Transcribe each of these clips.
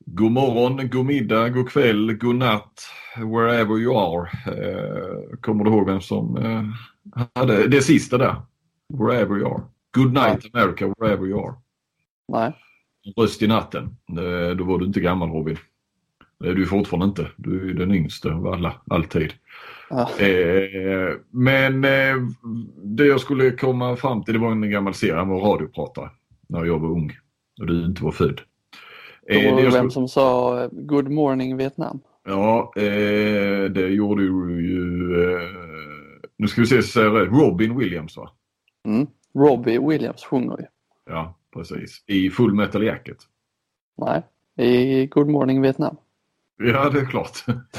God morgon, god middag, god kväll, god natt, wherever you are. Kommer du ihåg vem som hade det sista där? Wherever you are. Good night America, wherever you are. Nej. Röst i natten. Då var du inte gammal, Robin. Det är du fortfarande inte. Du är den yngste av alla, alltid. Ja. Men det jag skulle komma fram till, det var en gammal serie. Han var radiopratare när jag var ung och du inte var född. Vem som sa Good morning Vietnam? Ja, det gjorde ju nu ska vi se så säger jag Robin Williams, va? Robbie Williams sjunger ju. Ja, precis. I Full Metal Jacket. Nej, i Good morning Vietnam. Ja, det är klart.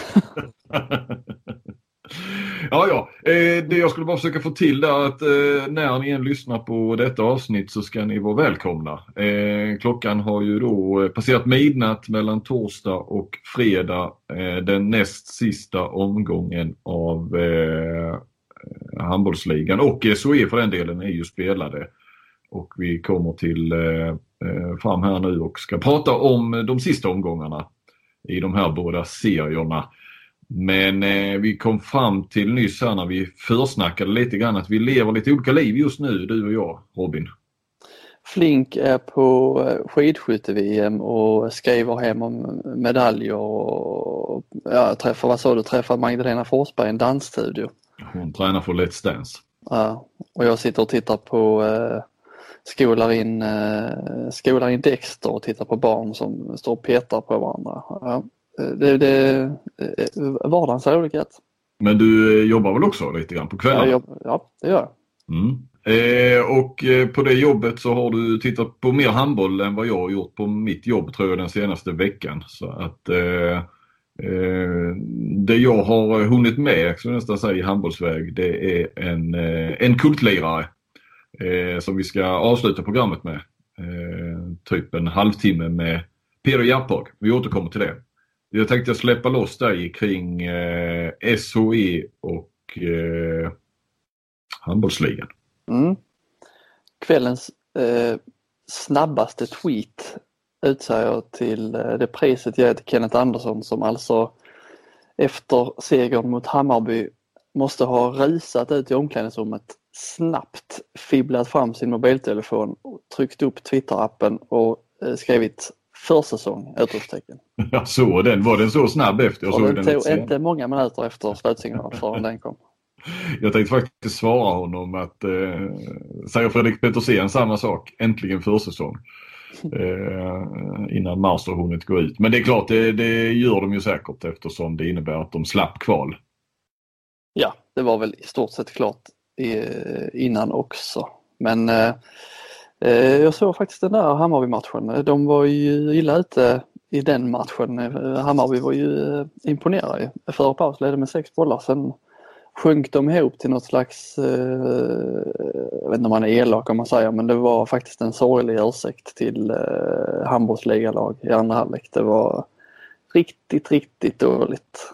Ja. Det jag skulle bara försöka få till är att när ni än lyssnar på detta avsnitt så ska ni vara välkomna. Klockan har ju då passerat midnatt mellan torsdag och fredag. Den näst sista omgången av handbollsligan. Och SOE för den delen är ju spelade. Och vi kommer till fram här nu och ska prata om de sista omgångarna i de här båda serierna. Men vi kom fram till nyss här när vi försnackade lite grann att vi lever lite olika liv just nu, du och jag, Robin. Flink är på skidskytte-VM och skriver hem om medaljer och träffar Magdalena Forsberg i en dansstudio. Hon tränar för Let's Dance. Ja, och jag sitter och tittar på skolar in Dexter och tittar på barn som står och petar på varandra. Ja. Det vardagens rolighet. Men du jobbar väl också lite grann på kvällen? Ja, det gör jag. Och på det jobbet så har du tittat på mer handboll än vad jag har gjort på mitt jobb, tror jag, den senaste veckan. Så att det jag har hunnit med, så nästan säga, i handbollsväg, det är en kultlirare som vi ska avsluta programmet med. Typ en halvtimme med Peder Järphag. Vi återkommer till det. Jag tänkte släppa loss dig kring SOE och handbollsligan. Kvällens snabbaste tweet utsäger till det priset jag till Kenneth Andersson, som alltså efter segern mot Hammarby måste ha rusat ut i omklädningsrummet, snabbt fibblat fram sin mobiltelefon och tryckt upp Twitter-appen och skrivit försäsong, utropstecken. Jag såg den. Var den så snabb efter? Jag såg den tog inte många minuter efter slutsignal förrän den kom. Jag tänkte faktiskt svara honom att säger Fredrik Petersen samma sak. Äntligen försäsong. Innan mars har hunnit gå ut. Men det är klart, det gör de ju säkert eftersom det innebär att de slapp kval. Ja, det var väl i stort sett klart innan också. Men jag såg faktiskt den där Hammarby-matchen. De var ju illa ute i den matchen. Hammarby var ju imponerade. Före paus ledde med 6 bollar. Sen sjönk de ihop till något slags, jag vet inte om man är elak om man säger, men det var faktiskt en sorglig ursäkt till handbollsligalag i andra halvlek. Det var riktigt dåligt.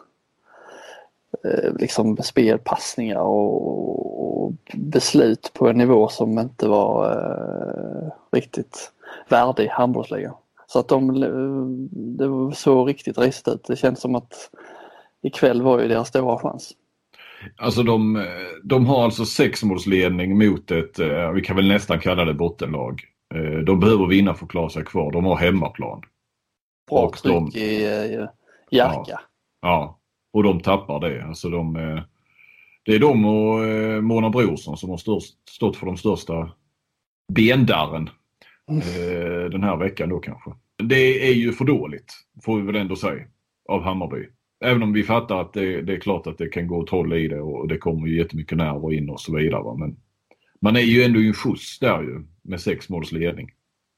Liksom spelpassningar och beslut på en nivå som inte var riktigt värdig handbollsligan. Så att det var så riktigt risigt ut. Det känns som att ikväll var ju deras stora chans. Alltså de har alltså 6-målsledning mot ett, vi kan väl nästan kalla det bottenlag. De behöver vinna för att klara sig kvar. De har hemmaplan. Bra tryck i Jerka. Ja, och de tappar det. Alltså det är de och Mona Brorsson som har stått för de största bendarren den här veckan då kanske. Det är ju för dåligt, får vi väl ändå säga, av Hammarby. Även om vi fattar att det är klart att det kan gå att hålla i det och det kommer ju jättemycket nerver in och så vidare. Va? Men man är ju ändå i en skjuts där ju med 6 måls ledning.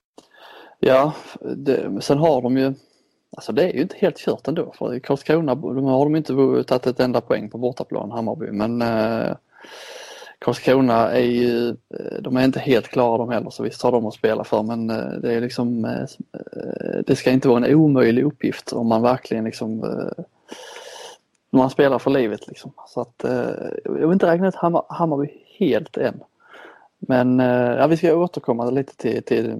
Ja, sen har de ju, alltså det är ju inte helt kört ändå. För i Karlskrona har de inte tagit ett enda poäng på bortaplan, Hammarby. Men Karlskrona är ju, de är inte helt klara de heller, så visst har de att spela för. Men det är liksom, det ska inte vara en omöjlig uppgift om man verkligen liksom, man spelar för livet liksom. Så att jag vill inte räkna ut Hammarby helt än. Men vi ska återkomma lite till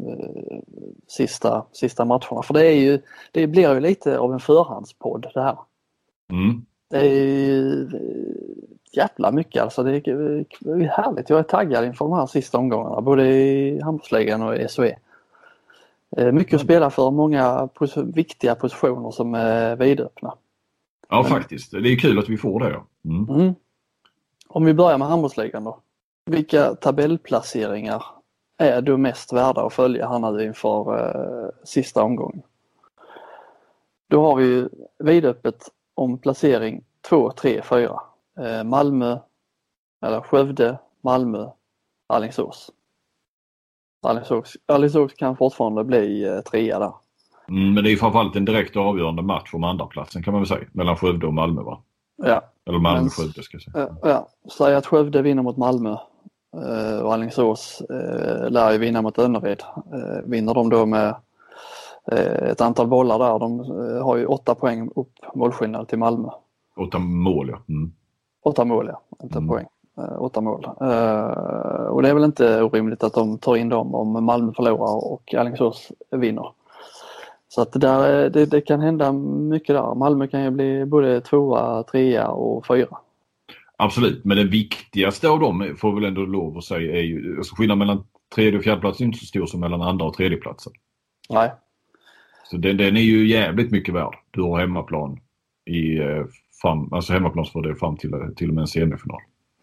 sista matcherna. För det blir ju lite av en förhandspodd det här. Mm. Det är ju jävla mycket alltså. Det är härligt. Jag är taggad inför de här sista omgångarna. Både i handbollsligan och i SHE. Mycket att spela för. Många viktiga positioner som är vidöppna. Ja, faktiskt. Det är kul att vi får det. Ja. Om vi börjar med handbollsligan då. Vilka tabellplaceringar är du mest värda att följa här nu inför sista omgången? Då har vi vidöppet om placering 2, 3, 4. Malmö, eller Skövde, Malmö, Alingsås. Alingsås kan fortfarande bli 3 där. Men det är framförallt en direkt avgörande match om andra platsen kan man väl säga. Mellan Skövde och Malmö, va? Ja. Eller Malmö-Skövde ska jag säga. Ja, säg att Skövde vinner mot Malmö och Alingsås lär ju vinna mot Önnered. Vinner de då med ett antal bollar där. De har ju 8 poäng upp målskillnad till Malmö. 8 mål, ja. 8 mål, ja. Inte poäng. 8 mål. Och det är väl inte orimligt att de tar in dem om Malmö förlorar och Alingsås vinner. Så att det kan hända mycket där. Malmö kan ju bli både 2, 3 och 4. Absolut, men det viktigaste av dem får väl ändå lov att säga är ju, alltså skillnaden mellan 3:e och 4:e plats är inte så stor som mellan 2:a och 3:e platsen. Nej. Så den är ju jävligt mycket värd. Du har hemmaplan alltså hemmaplansfördel fram till och med en semifinal.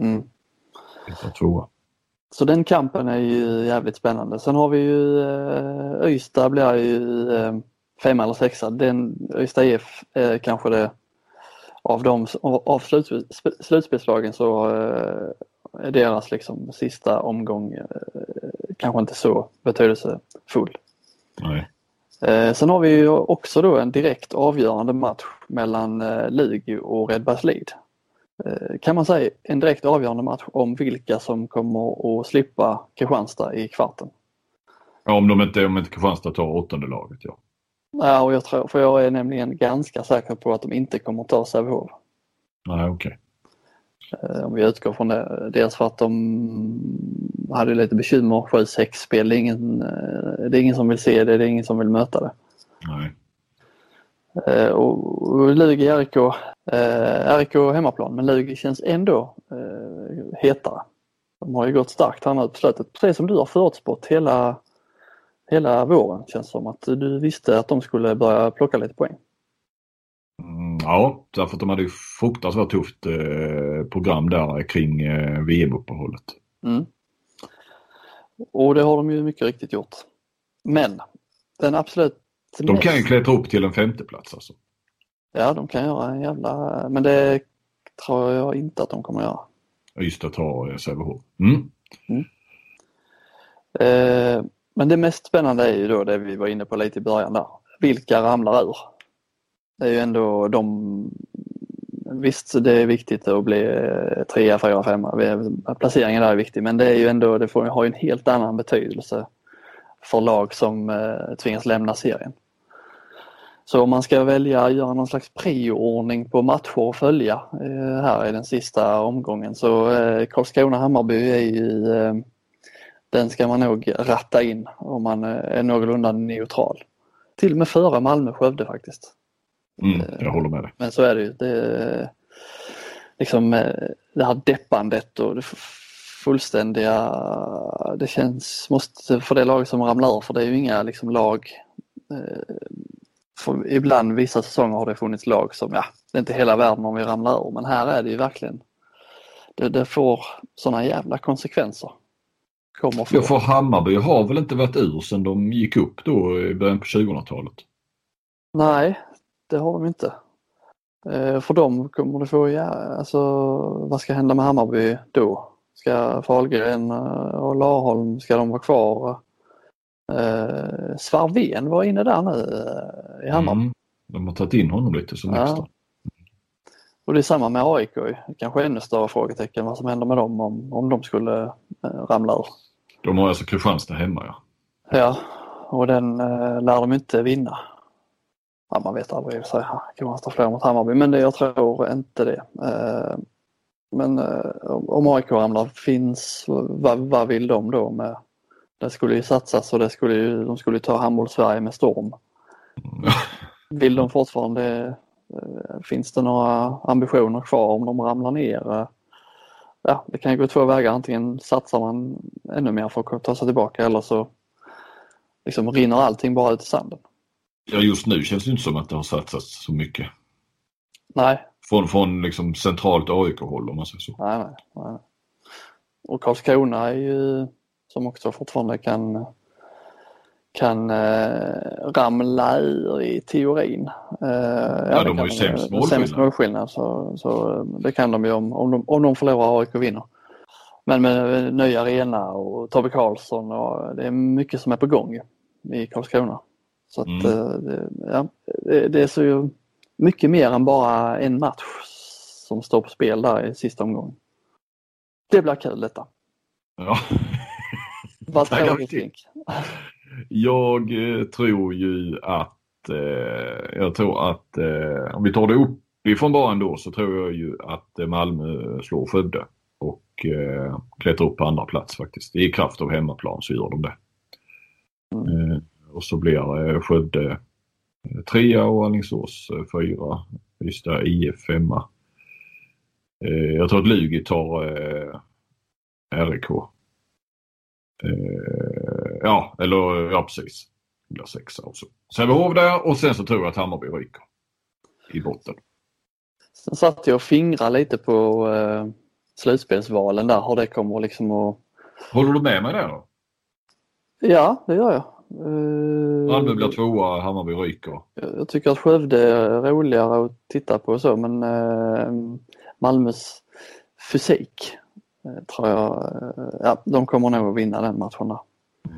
Så den kampen är ju jävligt spännande. Sen har vi ju Ystad blir ju 5 eller 6. Den Ystad IF är kanske det av slutspelslagen så är deras liksom sista omgång kanske inte så betydelsefull. Nej. Sen har vi ju också då en direkt avgörande match mellan Lugi och Redbergslid. Kan man säga en direkt avgörande match om vilka som kommer att slippa Kristianstad i kvarten? Ja, om inte Kristianstad tar 8:e laget, ja. Ja, och jag är nämligen ganska säker på att de inte kommer att ta Sävehof. Nej, okej. Om vi utgår från det. Dels för att de hade lite bekymmer 7-6 spel. Det är ingen som vill se det, det är ingen som vill möta det. Nej. Och Lugi RIK hemmaplan, men Lugi känns ändå hetare. De har ju gått starkt här nu på slutet. Precis som du har förutspått hela våren, känns som att du visste att de skulle börja plocka lite poäng. Ja, därför att de hade ju fruktansvärt tufft program där kring VM-uppehållet. Och det har de ju mycket riktigt gjort. Men den absolut de kan ju klättra upp till en 5:e plats alltså. Ja, de kan göra en jävla... Men det tror jag inte att de kommer göra. Just att ta Sävehof. Men det mest spännande är ju då det vi var inne på lite i början där. Vilka ramlar ur? Det är ju ändå visst, det är viktigt att bli 3, 4, 5. Placeringen där är viktig, men det är ju ändå, har ju en helt annan betydelse för lag som tvingas lämna serien. Så om man ska göra någon slags prioordning på matcher att följa här i den sista omgången, så Karlskrona-Hammarby är ju, den ska man nog ratta in om man är någorlunda neutral. Till och med före Malmö-Skövde faktiskt. Jag håller med dig. Men så är det ju. Liksom det här deppandet och det fullständiga, det känns, för det lag som ramlar ur, för det är ju inga liksom lag, för ibland vissa säsonger har det funnits lag som, det är inte hela världen om vi ramlar ur, men här är det ju verkligen, det får såna jävla konsekvenser. För Hammarby har väl inte varit ur sedan de gick upp då i början på 2000-talet? Nej, det har de inte. För dem kommer det få, alltså vad ska hända med Hammarby då? Ska Fahlgren och Larholm, ska de vara kvar? Svarven var inne där nu i Hammarby. De har tagit in honom lite som extra. Och det är samma med AIK. Kanske ännu större frågetecken vad som händer med dem om de skulle ramla ur. De har alltså Kristianstad hemma, ja. Ja, och den lär de inte vinna. Ja, man vet aldrig, så Kristianstad förlorar mot Hammarby, men jag tror inte det. Men om AIK ramlar finns, vad vill de då med? Det skulle ju satsas och de skulle ta handboll Sverige med storm. Vill de fortfarande, finns det några ambitioner kvar om de ramlar ner? Ja, det kan ju gå två vägar. Antingen satsar man ännu mer för att ta sig tillbaka eller så liksom rinner allting bara ut i sanden. Ja, just nu känns det inte som att det har satsats så mycket. Nej. Från liksom centralt AIK-håll om man säger så. Nej. Och Karlskrona är ju som också fortfarande kan ramla ur i teorin. De har ju sämst målskillnad så det kan de ju om de förlorar AIK vinner. Men med ny arena och Tobbe Karlsson och det är mycket som är på gång i Karlskrona. Så att det är så mycket mer än bara en match som står på spel där i sista omgången. Det blir kul detta. Ja. Vad tror du, Fink? Jag tror ju att om vi tar det uppifrån bara ändå så tror jag ju att Malmö slår Skövde och klättrar upp på andra plats faktiskt. I kraft av hemmaplan så gör de det. Och så blir Skövde 3 och Alingsås 4. Ystad IF 5. Jag tror att Lugi tar RIK. Precis. Det blir 6 också. Sävehof där och sen så tror jag att Hammarby ryker i botten. Sen satt jag och fingrade lite på slutspelsvalen där. Har det kommer liksom att... Håller du med mig där då? Ja, det gör jag. Malmö blir 2, Hammarby ryker. Jag tycker att Skövde är roligare att titta på och så, men Malmös fysik tror jag, de kommer nog att vinna den matchen där.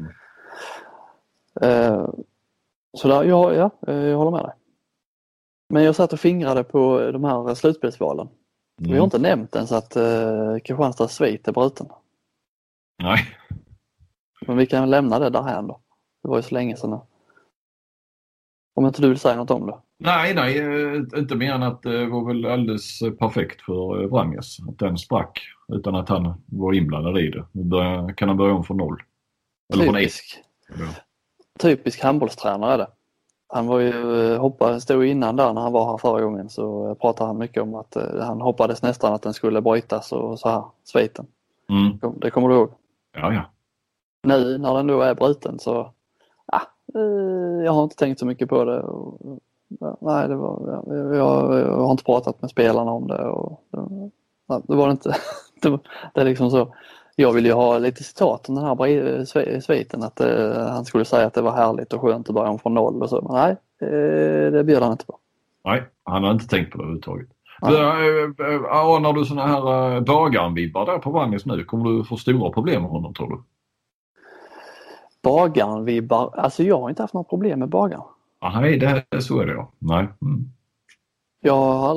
Så där, jag håller med dig. Men jag satt och fingrade på de här slutspelsvalen. Vi har inte nämnt ens att Kristianstads svit är bruten. Nej. Men vi kan lämna det där här då. Det var ju så länge sedan. Om inte du vill säga något om det. Nej, inte mer än att det var väl alldeles perfekt för Vranjes. Att den sprack utan att han var inblandad i det. Kan han börja om från 0? Eller typisk. Typisk handbollstränare är det. Han var ju stod innan där när han var här förra gången så pratade han mycket om att han hoppades nästan att den skulle brytas och så här, sviten. Det kommer du ihåg? Ja. Nu när den då är bruten så jag har inte tänkt så mycket på det. Nej, jag har inte pratat med spelarna om det. Det var inte. Det är liksom så. Jag vill ju ha lite citat om den här sviten. Att han skulle säga att det var härligt och skönt att börja om från 0 och så. Men nej, det bjöd han inte på. Nej, han har inte tänkt på det överhuvudtaget. Anar du såna här Bagaren-vibbar där på Vranjes nu? Kommer du få stora problem med honom, tror du? Bagaren-vibbar? Alltså jag har inte haft något problem med Bagaren. Nej, det är så är det ja. Nej. Jag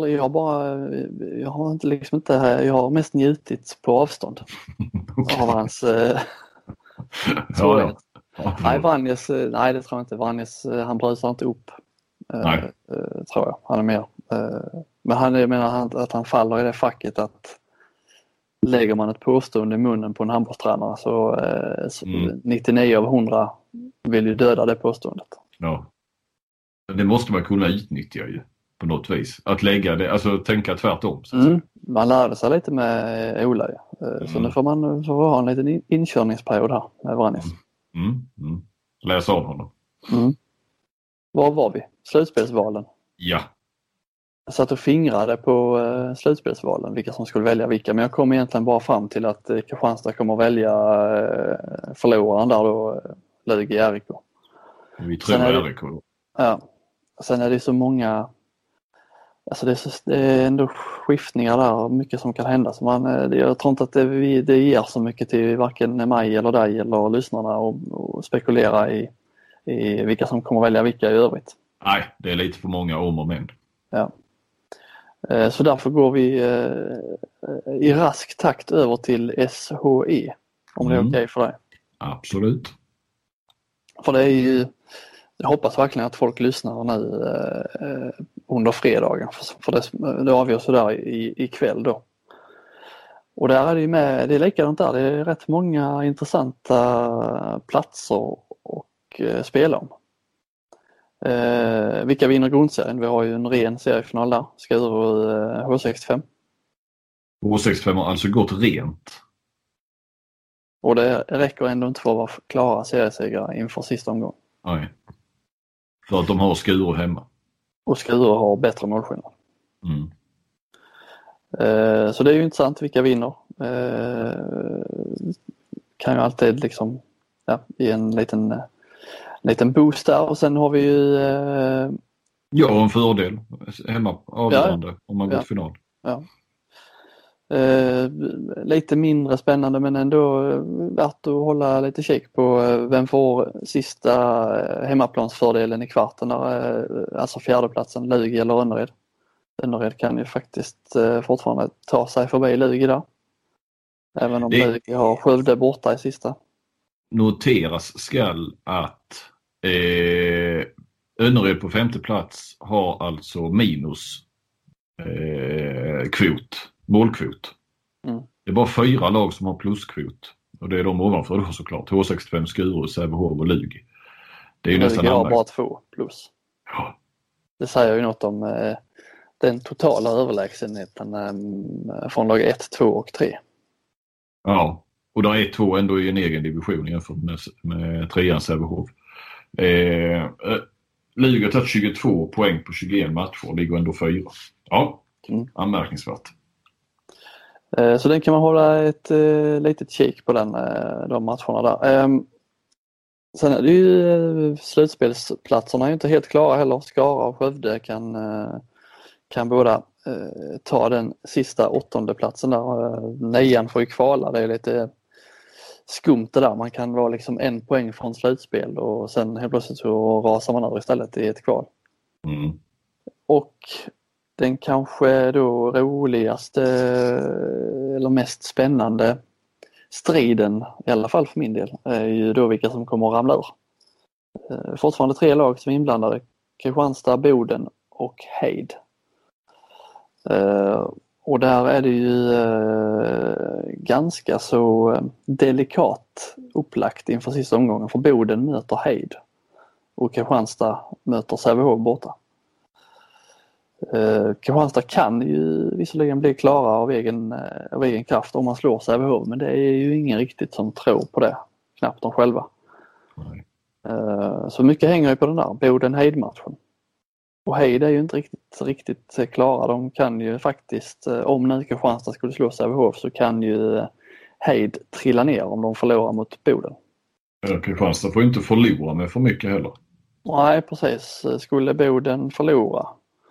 har mest njutit på avstånd av hans svårighet. Nej, Vranjes, nej det tror jag inte. Vranjes, han brusar inte upp. Tror jag. Han är mer. Men han menar att han faller i det facket att lägger man ett påstående i munnen på en handbollstränare så 99 av 100 vill ju döda det påståendet. Ja. Det måste man kunna utnyttja ju på något vis. Att lägga det, alltså tänka tvärtom. Man lärde sig lite med Ola. Så nu får man ha en liten inkörningsperiod här med Vranjes. Läsa av honom. Var var vi? Slutspelsvalen? Ja. Jag satt och fingrade på slutspelsvalen, vilka som skulle välja vilka. Men jag kom egentligen bara fram till att Kristianstad kommer att välja förloraren där då, Lugi RIK. Vi tror RIK då. Ja. Sen är det så många, alltså det är ändå skiftningar där, mycket som kan hända. Så jag tror inte att det ger så mycket till varken mig eller dig eller lyssnarna och spekulera i vilka som kommer att välja vilka i övrigt. Nej, det är lite för många om och men. Ja. Så därför går vi i rask takt över till SHE, om det är okej för dig. Absolut. För det är ju, jag hoppas verkligen att folk lyssnar nu under fredagen, för det avgörs så där ikväll då. Och där är det ju med, det är likadant där, det är rätt många intressanta platser och spela om. Vilka vinner grundserien? Vi har ju en ren seriefinal där, Skuru H65. H65 har alltså gått rent. Och det räcker ändå inte för att vara klara seriesegrar inför sista omgången. Nej. För att de har Skuru hemma. Och Skuru har bättre målskillnad. Mm. Så det är ju intressant vilka vinner. Kan ju alltid liksom ge en liten boost där. Och sen har vi ju... Ja, en fördel hemma avgörande om man går till final. Ja. Lite mindre spännande men ändå värt att hålla lite kik på vem får sista hemmaplansfördelen i kvarten där, alltså fjärdeplatsen, Lugi eller Önnered. Önnered kan ju faktiskt fortfarande ta sig förbi Lugi där. Även om Lugi har Skövde borta i sista. Noteras skall att Önnered på 5:e plats har alltså minus målkvot. Mm. Det är bara 4 lag som har pluskvot. Och det är de ovanför då såklart. H65, Skuru, Sävehof och Lugi. Det är ju nästan har bara 2 plus. Ja. Det säger ju något om den totala överlägsenheten från lag 1, 2 och 3. Ja, och där är 2 ändå i en egen division jämfört med 3an Sävehof. Lugi har tagit 22 poäng på 21 matcher och ligger ändå 4. Ja, anmärkningsvärt. Så den kan man hålla ett litet kik på de matcherna där. Sen är det ju slutspelsplatserna är ju inte helt klara heller. Skara och Skövde kan båda ta den sista 8:e platsen där. 9an får ju kvala, det är lite skumt det där. Man kan vara liksom 1 poäng från slutspel och sen helt plötsligt så rasar man över istället i ett kval. Mm. Och den kanske då roligaste eller mest spännande striden, i alla fall för min del, är ju då vilka som kommer att ramla ur. Fortfarande 3 lag som är inblandade. Kristianstad, Boden och Heid. Och där är det ju ganska så delikat upplagt inför sista omgången. För Boden möter Heid och Kristianstad möter Sävehof borta. Kristianstad kan ju visserligen bli klara av egen kraft om man slår Sävehof, men det är ju ingen riktigt som tror på det. Knappt de själva. Nej. Så mycket hänger ju på den där Boden-Heid-matchen. Och Heid är ju inte riktigt klara. De kan ju faktiskt, om nu Kristianstad skulle slå Sävehof så kan ju Heid trilla ner om de förlorar mot Boden. Kristianstad får inte förlora med för mycket heller. Nej, precis. Skulle Boden förlora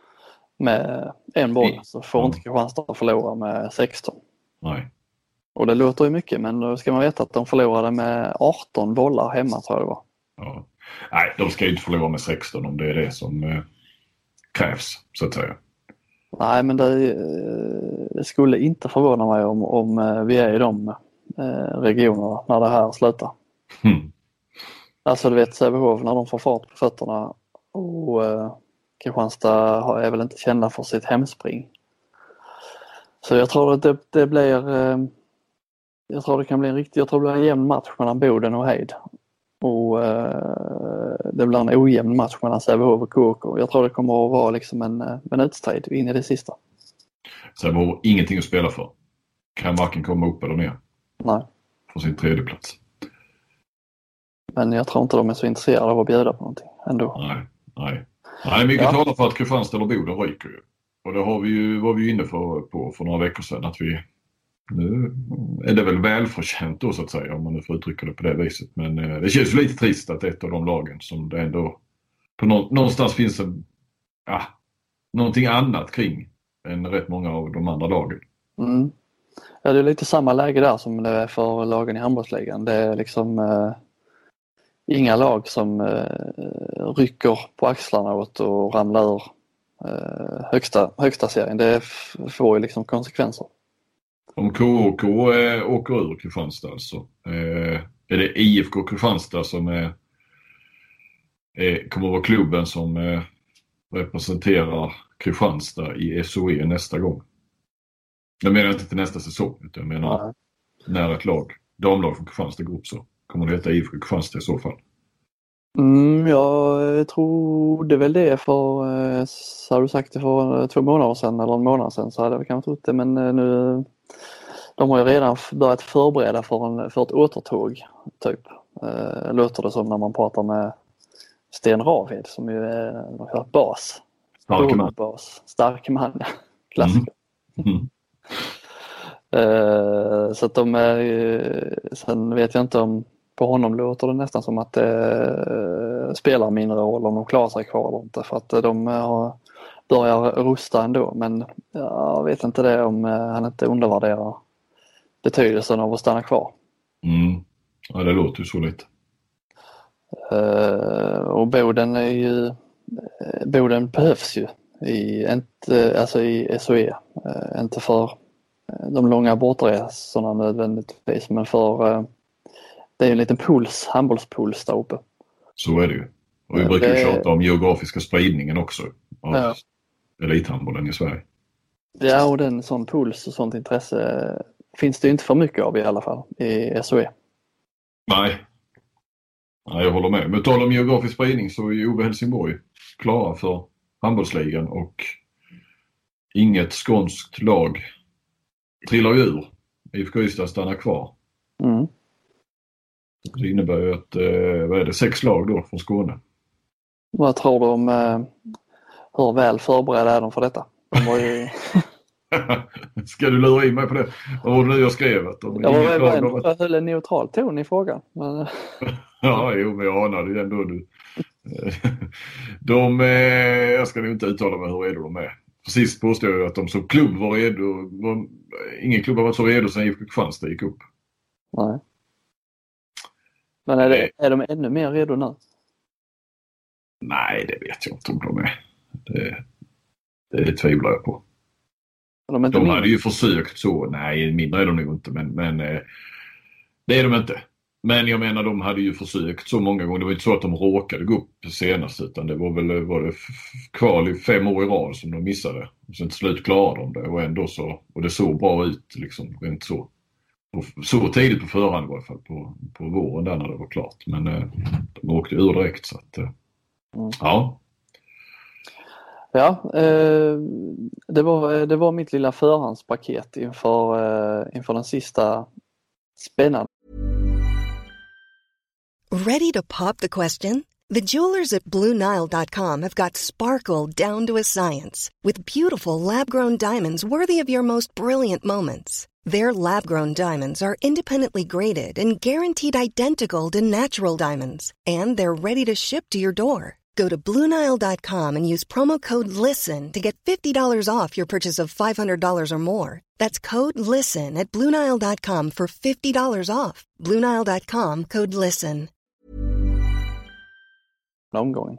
med en boll så får inte Kristianstad förlora med 16. Nej. Och det låter ju mycket, men då ska man veta att de förlorade med 18 bollar hemma, tror jag det var. Ja. Nej, de ska ju inte förlora med 16 om det är det som krävs, så att säga. Nej, men det skulle inte förvåna mig om vi är i de regionerna när det här slutar. Alltså du vet Sävehof när de får fart på fötterna och Kristianstad är väl inte kända för sitt hemspring. Så jag tror att det blir jag tror det kan bli det blir en jämn match mellan Boden och Heid. Och det blir en ojämn match mellan Sävehof och KK. Jag tror det kommer att vara liksom en utstrid in i det sista. Sävehof har ingenting att spela för. Kan varken komma upp eller ner. Nej. För sin 3:e plats. Men jag tror inte de är så intresserade av att bjuda på någonting ändå. Nej, mycket talar för att Kristianstad eller Boden ryker ju. Och det var vi ju inne för några veckor sedan att nu är det väl välförtjänt då så att säga om man nu får uttrycka det på det viset. Men det känns lite trist att ett av de lagen som det ändå på någonstans finns någonting annat kring än rätt många av de andra lagen. Mm. Ja, det är lite samma läge där som det är för lagen i handbollsligan. Det är liksom inga lag som rycker på axlarna åt och ramlar ur högsta serien. Det får ju liksom konsekvenser. Om KK åker ur Kristianstad alltså, är det IFK Kristianstad som kommer att vara klubben som representerar Kristianstad i SOE nästa gång? Jag menar inte till nästa säsong, utan jag menar när ett damlag från Kristianstad går upp så kommer det heta IFK Kristianstad i så fall. Jag trodde väl det för, så har du sagt det för 2 månader sedan eller en månad sedan, så hade jag kanske trott det, men nu de har ju redan börjat förbereda för ett återtåg typ. Låter det som när man pratar med Sten Raved som ju är bas. Stark man. Stark man, klassiker. Så att de är, sen vet jag inte om på honom låter det nästan som att det spelar mindre roll om de klarar sig kvar eller inte, för att de börjar rusta ändå, men jag vet inte det om han inte undervärderar betydelsen av att stanna kvar. Ja, det låter ju så lite. Och Boden behövs ju i SOE, inte för de långa bortaresorna nödvändigtvis, men för det är en liten handbollspuls där uppe. Så är det ju. Och vi brukar ju tjata om geografiska spridningen också av elithandbollen i Sverige. Ja, och den sån puls och sånt intresse finns det inte för mycket av i alla fall i SOE. Nej, jag håller med. Men tal om geografisk spridning så är ju Ove Helsingborg klara för handbollsligan och inget skånskt lag trillar ur. IFK Ystad stannar kvar. Det innebär ju att 6 lag då från Skåne. Vad tror du om hur väl förberedda är de för detta? De var ju... Ska du lura in mig på det? Vad var det nu jag skrev? Jag höll en neutral ton i frågan. Men... Ja, men jag anade ju ändå du. Jag ska nog inte uttala mig hur redo de är. Precis påstår jag att de som klubb var redo. Ingen klubb har varit så redo sedan IFK Kristianstad gick upp. Nej. Men är de ännu mer redo nu? Nej, det vet jag inte om de är. Det tvivlar jag på. De hade ju försökt så. Nej, mindre är de nog inte. Men det är de inte. Men jag menar, de hade ju försökt så många gånger. Det var inte så att de råkade gå upp senast, utan det var det kval i 5 år i rad som de missade. Och sen till slut klarade de det. Och ändå så, och det såg bra ut liksom, rent så tidigt på förhand i alla fall på våren där när det var klart. Men de åkte ur direkt så att ja. Ja, det var mitt lilla förhandspaket inför den sista spännande. Ready to pop the question? The jewelers at BlueNile.com have got sparkle down to a science with beautiful lab-grown diamonds worthy of your most brilliant moments. Their lab-grown diamonds are independently graded and guaranteed identical to natural diamonds, and they're ready to ship to your door. Go to BlueNile.com and use promo code LISTEN to get $50 off your purchase of $500 or more. That's code LISTEN at BlueNile.com for $50 off. BlueNile.com, code LISTEN. Omgången.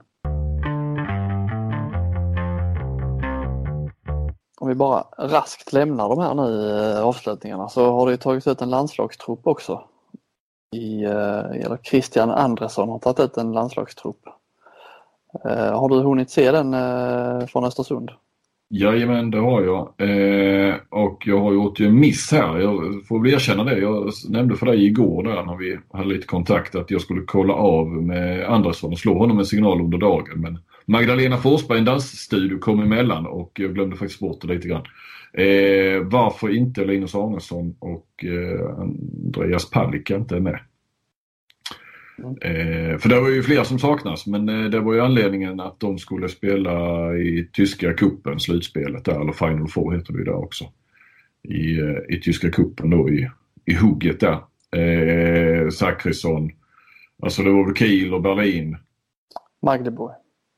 Om vi bara raskt lämnar de här nu avslutningarna, så har det ju tagits ut en landslagstrupp också. Eller Christian Andresson har tagit ut en landslagstrupp. Har du hunnit se den från Östersund? Jajamän, det har jag. Och jag har gjort en miss här. Jag får väl erkänna det. Jag nämnde för dig igår där när vi hade lite kontakt att jag skulle kolla av med Andersson och slå honom en signal under dagen. Men Magdalena Forsberg, en dansstudio, kom emellan och jag glömde faktiskt bort det lite grann. Varför inte Linus Arnesson och Andreas Palicka inte är med? För det var ju flera som saknas, men det var ju anledningen att de skulle spela i tyska kuppen, slutspelet där, eller Final Four heter det ju där också, i tyska kuppen då i hugget där. Zachrisson, alltså det var väl Kiel och Berlin. Magdeburg.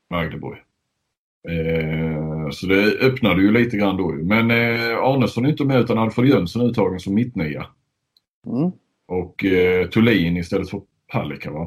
Så det öppnade ju lite grann då. Men Arnesson är inte med, utan Alfred Jönsson uttagen som mittnia. Och Thulin istället för Palicka, va?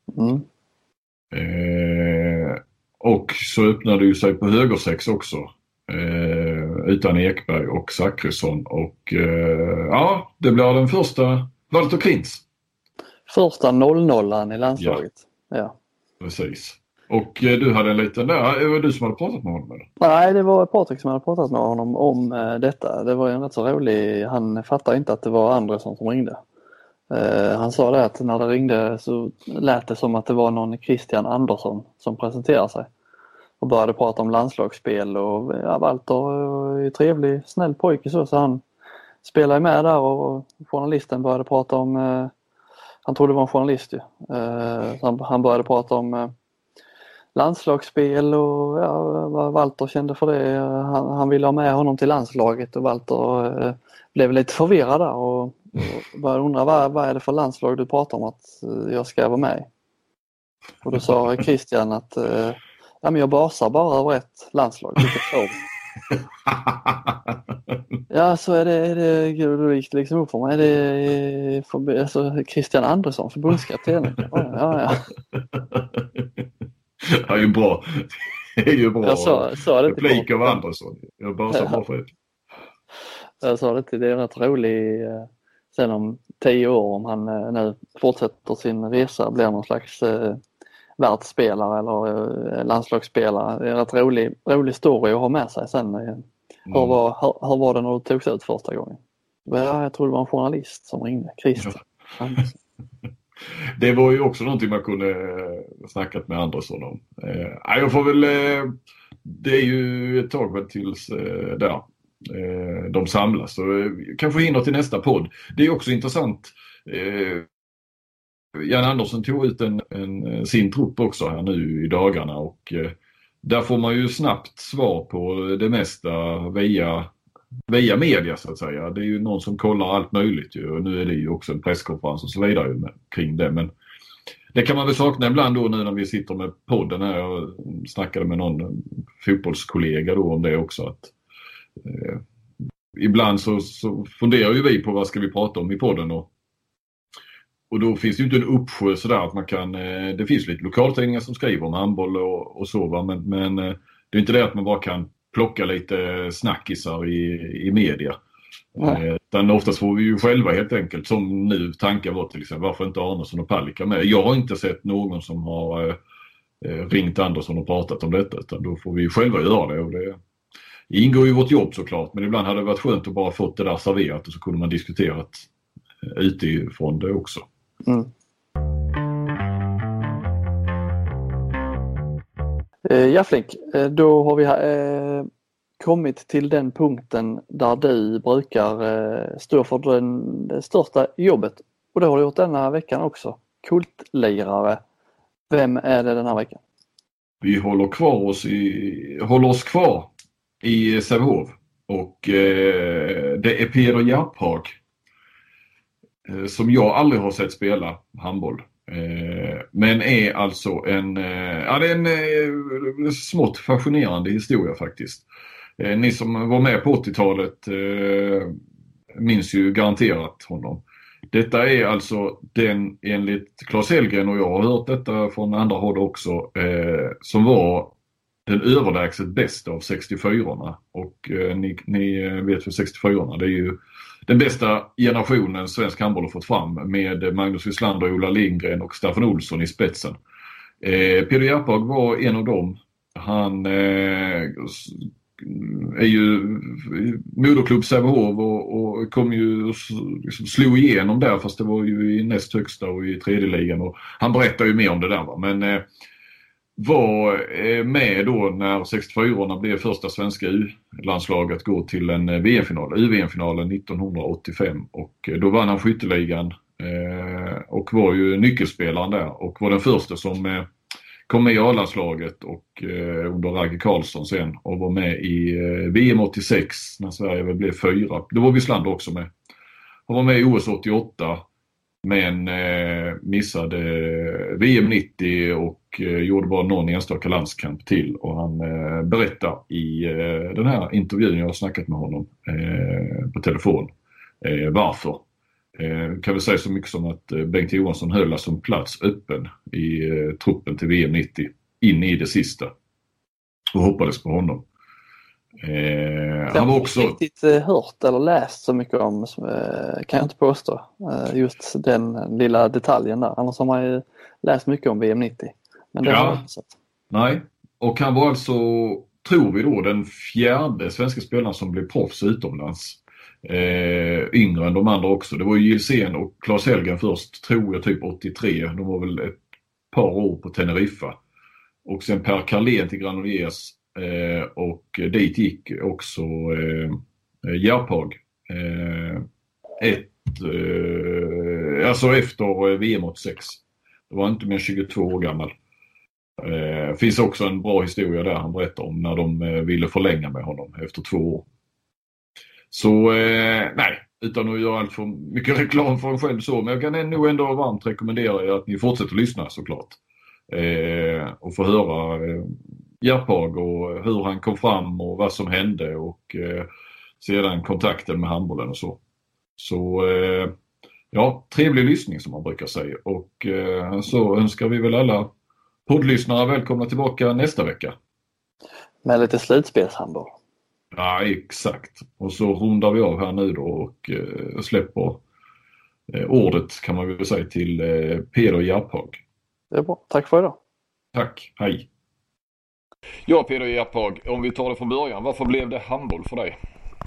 Och så öppnade ju sig på högersex också. Utan Ekberg och Zachrisson. Och ja, det blir den första Walter Krintz. Första 0-0 i landslaget. Ja. Precis. Och du hade en liten där, det var du som hade pratat med honom eller? Nej, det var Patrik som hade pratat med honom om detta. Det var ju en rätt så rolig, han fattade inte att det var Andresson som ringde. Han sa det att när det ringde så lät det som att det var någon Christian Andersson som presenterade sig. Och började prata om landslagsspel och Walter är trevlig, snäll pojke så han spelade med där och journalisten började prata om, han trodde det var en journalist ju. Han började prata om landslagsspel och vad Walter kände för det. Han ville ha med honom till landslaget och Walter blev lite förvirrad där och började undra vad är det för landslag du pratar om att jag ska vara med i? Och då sa Christian att men jag basar bara över ett landslag. Ja, så är det gud, gick det liksom upp för mig. Är det alltså Christian Andersson, förbundskapten? Ja. Det är ju bra. Det är ju bra. Jag sa det replik av Andersson. Jag basar bara för ett. Jag sa det till det är rätt roligt. Sen om 10 år om han nu fortsätter sin resa blir någon slags världsspelare eller landslagsspelare. Det är en rätt rolig story att ha med sig sen. Hur var det när du togs ut första gången? Jag tror det var en journalist som ringde, Christian. Ja. Det var ju också någonting man kunde snackat med Andersson om. Jag får väl, det är ju ett tag tills där de samlas. Så kanske hinner till nästa podd. Det är också intressant. Jan Andersson tog ut sin trupp också här nu i dagarna och där får man ju snabbt svar på det mesta via media så att säga. Det är ju någon som kollar allt möjligt ju, och nu är det ju också en presskonferens och så vidare kring det. Men det kan man väl sakna ibland då nu när vi sitter med podden här. Jag snackade med någon fotbollskollega då om det också. Att, ibland så funderar ju vi på vad ska vi prata om i podden och då finns det ju inte en uppsjö sådär att man kan, det finns lite lokaltidningar som skriver om handboll och så va, men det är inte det att man bara kan plocka lite snackisar i media. Utan oftast får vi ju själva helt enkelt, som nu tankar var till exempel, varför inte Arnesson och Palicka med? Jag har inte sett någon som har ringt Andersson och pratat om detta, utan då får vi själva göra det och det ingår ju vårt jobb såklart, men ibland hade det varit skönt att bara fått det där serverat och så kunde man diskuterat utifrån det också. Mm. Ja Flink, då har vi kommit till den punkten där du brukar stå för det största jobbet och det har du gjort denna veckan också. Kultlirare. Vem är det den här veckan? Vi håller oss kvar i Sävehof och det är Peder Järphag som jag aldrig har sett spela handboll. Men är alltså en smått fascinerande historia faktiskt. Ni som var med på 80-talet minns ju garanterat honom. Detta är alltså den, enligt Claes Hellgren, och jag har hört detta från andra håll också, som var den överlägset bästa av 64-orna. Och ni vet för 64-orna, det är ju den bästa generationen svensk handboll har fått fram med Magnus Wislander, Ola Lindgren och Staffan Olsson i spetsen. Peder Järphag var en av dem. Han är ju moderklubb Sävehof och kom ju liksom slog igenom där, fast det var ju i näst högsta och i tredje ligan, och han berättar ju mer om det där va? Men var med då när 64-orna blev första svenska U-landslaget att gå till en VM-final, UVM-finalen 1985, och då vann han skytteligan och var ju nyckelspelaren där och var den första som kom med i A-landslaget och under Ragge Karlsson sen, och var med i VM 86 när Sverige väl blev 4. Då var Wislander också med. Han var med i OS 88 men missade VM 90 och gjorde bara någon enstaka landskamp till, och han berättar i den här intervjun jag har snackat med honom på telefon varför. Kan vi säga så mycket som att Bengt Johansson höll som plats öppen i truppen till VM 90 in i det sista och hoppades på honom. Han var också... Jag har inte riktigt hört eller läst så mycket om, kan jag inte påstå, just den lilla detaljen där. Annars har man ju läst mycket om VM 90. Men det har jag inte sett. Nej, och han var alltså, tror vi då, den 4:e svenska spelaren som blev proffs utomlands. Yngre än de andra också. Det var ju Gilsén och Claes Helgen först, tror jag, typ 83. De var väl ett par år på Teneriffa. Och sen Per Carlén till Granollers, och dit gick också Järphag. Alltså efter VM 86. Det var inte mer än 22 år gammal. Finns också en bra historia där han berättar om när de ville förlänga med honom efter 2 år. Så nej, utan att göra allt för mycket reklam för en själv så. Men jag kan nog ändå varmt rekommendera er att ni fortsätter lyssna såklart. Och få höra Järphag och hur han kom fram och vad som hände och sedan kontakten med handbollen och så. Så ja, trevlig lyssning som man brukar säga. Och så önskar vi väl alla poddlyssnare välkomna tillbaka nästa vecka. Med lite slutspelshandboll. Ja, exakt. Och så rundar vi av här nu då och släpper ordet, kan man väl säga, till Peder Järphag. Det är bra. Tack för idag. Tack. Hej. Ja, Peder Järphag, om vi tar det från början. Varför blev det handboll för dig?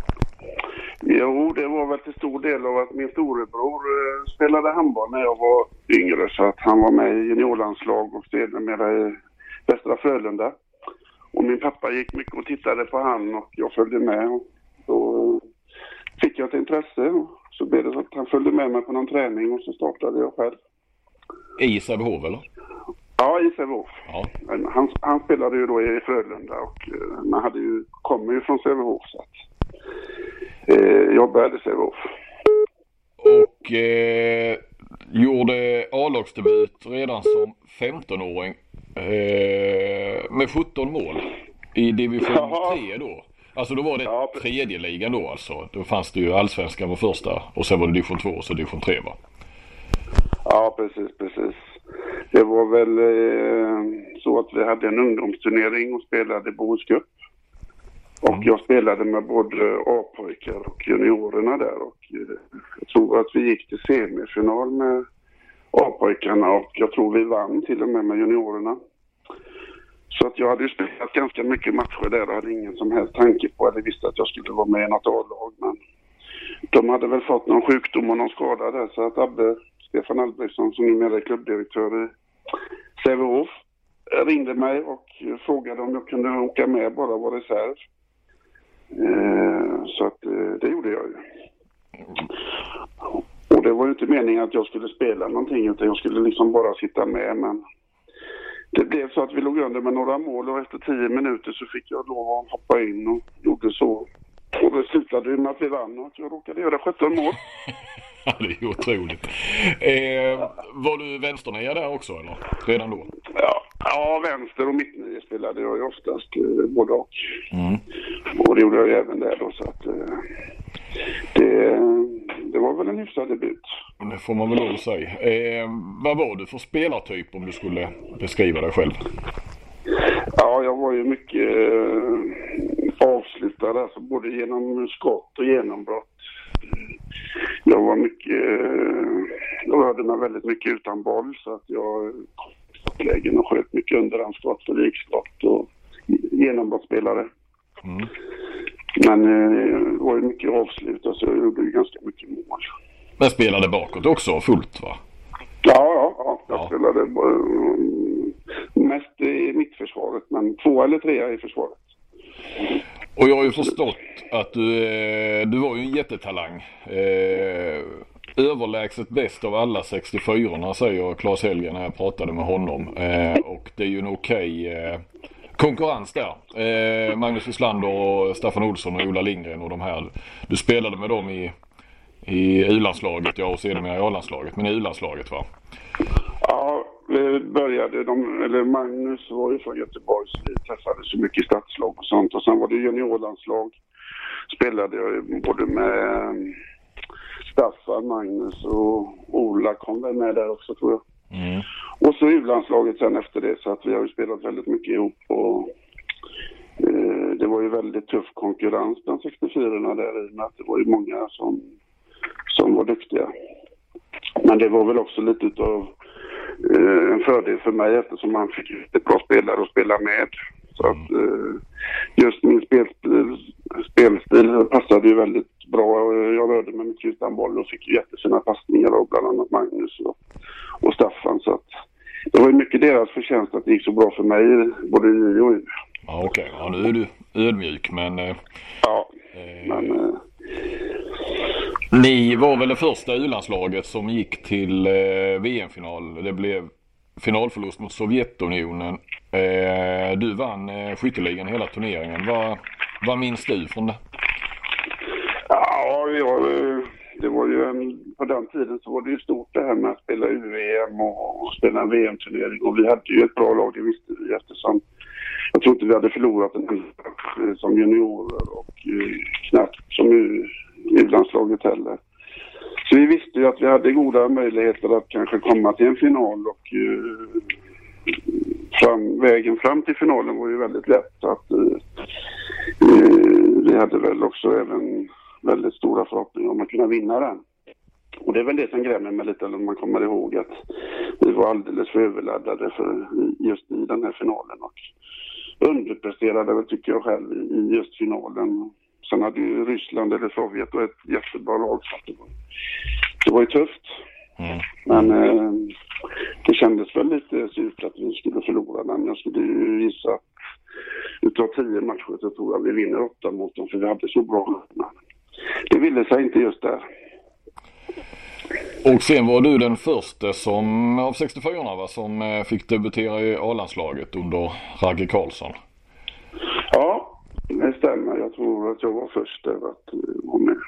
Jo, det var väl till stor del av att min storebror spelade handboll när jag var yngre. Så att han var med i juniorlandslag och sedermera i Västra Frölunda. Och min pappa gick mycket och tittade på han och jag följde med. Och då fick jag ett intresse och så blev det så att han följde med mig på någon träning och så startade jag själv. I Sävehof eller? Ja, i Sävehof. Ja. Han spelade ju då i Frölunda och man kommer ju från Sävehof så att jag började Sävehof. Och gjorde A-lagsdebut redan som 15-åring med 17 mål i division 3 då. Alltså då var det tredje ligan då alltså. Då fanns det ju allsvenskan var första och sen var det division 2 och så division 3 va? Ja, precis. Det var väl så att vi hade en ungdomsturnering och spelade Bohuscup. Och jag spelade med både A-pojkar och juniorerna där och jag tror att vi gick till semifinal med A-pojkarna och jag tror vi vann till och med juniorerna. Så att jag hade ju spelat ganska mycket matcher där och hade ingen som helst tanke på eller visste att jag skulle vara med i något A-lag. Men de hade väl fått någon sjukdom och någon skada där så att Stefan Albrektsson som numera är klubbdirektör i Sävehof ringde mig och frågade om jag kunde åka med bara vara reserv. Så att det gjorde jag ju. Och det var ju inte meningen att jag skulle spela någonting utan jag skulle liksom bara sitta med men det blev så att vi låg under med några mål och efter 10 minuter så fick jag då hoppa in och gjorde så. Och det slutade ju med att vi vann och att jag råkade göra 17 mål. Ja, det är otroligt. Var du vänsternia där också eller? Redan då? Ja, vänster och mittnia spelade jag ju oftast både och. Och det gjorde jag ju även där då så att det var väl en hyfsad debut. Det får man väl lov att säga. Vad var du för spelartyp om du skulle beskriva dig själv? Ja, jag var ju mycket avslutad alltså både genom skott och genombrott. Jag var mycket, jag rörde mig väldigt mycket utan boll så att jag lägen och sköt mycket underhandsskott och likskott och genombrottsspelare. Men det var ju mycket avslut så jag gjorde ju ganska mycket mål. Men spelade bakåt också fullt va? Ja. Jag spelade mest i mittförsvaret men 2 eller 3 i försvaret. Och jag har ju förstått att du var ju en jättetalang. Överlägset bäst av alla 64-orna säger Claes Helgen när jag pratade med honom. Och det är ju en okej konkurrens där. Magnus Wislander och Staffan Olsson och Ola Lindgren och de här. Du spelade med dem i U-landslaget, och sedan i A-landslaget, men i U-landslaget va? Ja, vi började, Magnus var ju från Göteborg så vi träffades så mycket i stadslag och sånt. Och sen var det juniorlandslag. Spelade jag både med Staffan, Magnus och Ola kom väl med där också tror jag. Och så U-landslaget sen efter det så att vi har ju spelat väldigt mycket ihop och det var ju väldigt tuff konkurrens bland 64-orna där i med att det var ju många som var duktiga. Men det var väl också lite utav en fördel för mig eftersom han fick ett bra spelare att spela med. Så att just min spelstil passade ju väldigt bra. Jag rörde mig mycket utan boll och fick jättefina passningar av bland annat Magnus och Staffan. Så att det var ju mycket deras förtjänst att det gick så bra för mig, både i och i. Ja, okej. Ja, nu är du ödmjuk, men... Ja, men... Ni var väl det första U-landslaget som gick till VM-final. Det blev finalförlust mot Sovjetunionen. Du vann skytteligan hela turneringen. Vad minns du från det? Ja, det var ju på den tiden så var det ju stort det här med att spela UVM och spela en VM-turnering. Och vi hade ju ett bra lag, det visste vi, eftersom jag tror inte vi hade förlorat en som juniorer och knappt som U-landslaget heller. Så vi visste ju att vi hade goda möjligheter att kanske komma till en final och vägen fram till finalen var ju väldigt lätt. Att vi hade väl också även väldigt stora förhoppningar om att kunna vinna den. Och det är väl det som grämer mig lite om man kommer ihåg att vi var alldeles för överladdade för just i den här finalen och underpresterade tycker jag själv i just finalen. Sen hade ju Ryssland eller Sovjet och ett jättebra lag. Det var ju tufft. Men det kändes väl lite surt att vi skulle förlora den. Jag skulle ju gissa att utav 10 matcher så tror jag vi vinner 8 mot dem för vi hade så bra. Men det ville sig inte just där. Och sen var du den första som av 64 som fick debutera i A-landslaget under Ragge Karlsson. Ja, det stämmer. Jag tror att jag var först där att vara med.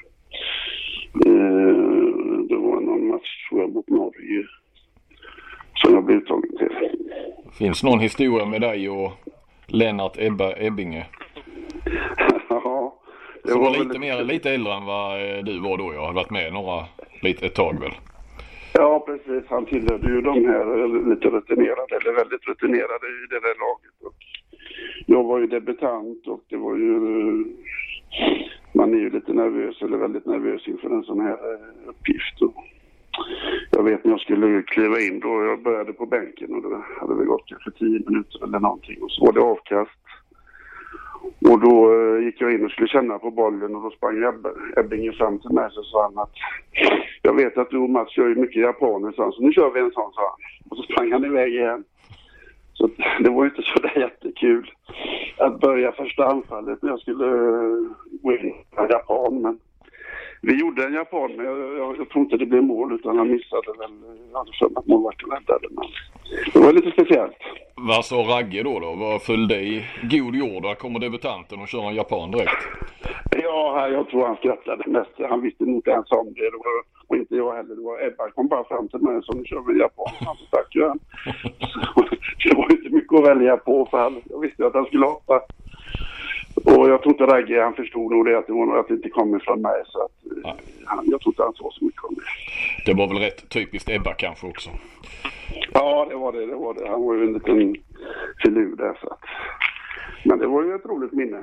Det var någon match mot Norge som jag blev uttagen till. Finns någon historia med dig och Lennart Ebbinge? Ja. Det som var lite äldre än vad du var då. Jag har varit med ett tag väl. Ja, precis. Han tillhörde ju de här lite rutinerade, eller väldigt rutinerade i det där laget. Och jag var ju debutant och det var ju... Man är ju lite nervös eller väldigt nervös inför en sån här uppgift. Och jag vet när jag skulle kliva in då, jag började på bänken och det hade väl gått kanske 10 minuter eller någonting. Och så var det avkast. Och då gick jag in och skulle känna på bollen och då sprang Ebbinge fram till mig och så sa han att jag vet att du och Mats gör ju mycket japaner, så nu kör vi en sån, sa han. Och så sprang han iväg igen. Så det var ju inte så där jättekul att börja första anfallet när jag skulle gå in på Japan. Men vi gjorde en Japan, men jag tror inte det blev mål utan han missade väl. Jag hade för mig att målvakten räddade, men det var lite speciellt. Vad sa Ragge då? Vad följde i god jord? Där kommer debutanten och kör en Japan direkt. Ja, jag tror han skrattade mest. Han visste inte ens om det. Och inte jag heller. Det var Ebba kom bara fram till mig som kör med Japan. Han så stack ju han. Det var inte mycket att välja på för han. Jag visste att han skulle hoppa. Och jag tror inte Ragge, han förstod nog det att det var något att det inte kommer från mig. Så att, jag tror inte han såg så mycket om det. Det var väl rätt typiskt Ebba kanske också. Ja, det var det. Han var ju en liten filur där. Så att. Men det var ju ett roligt minne.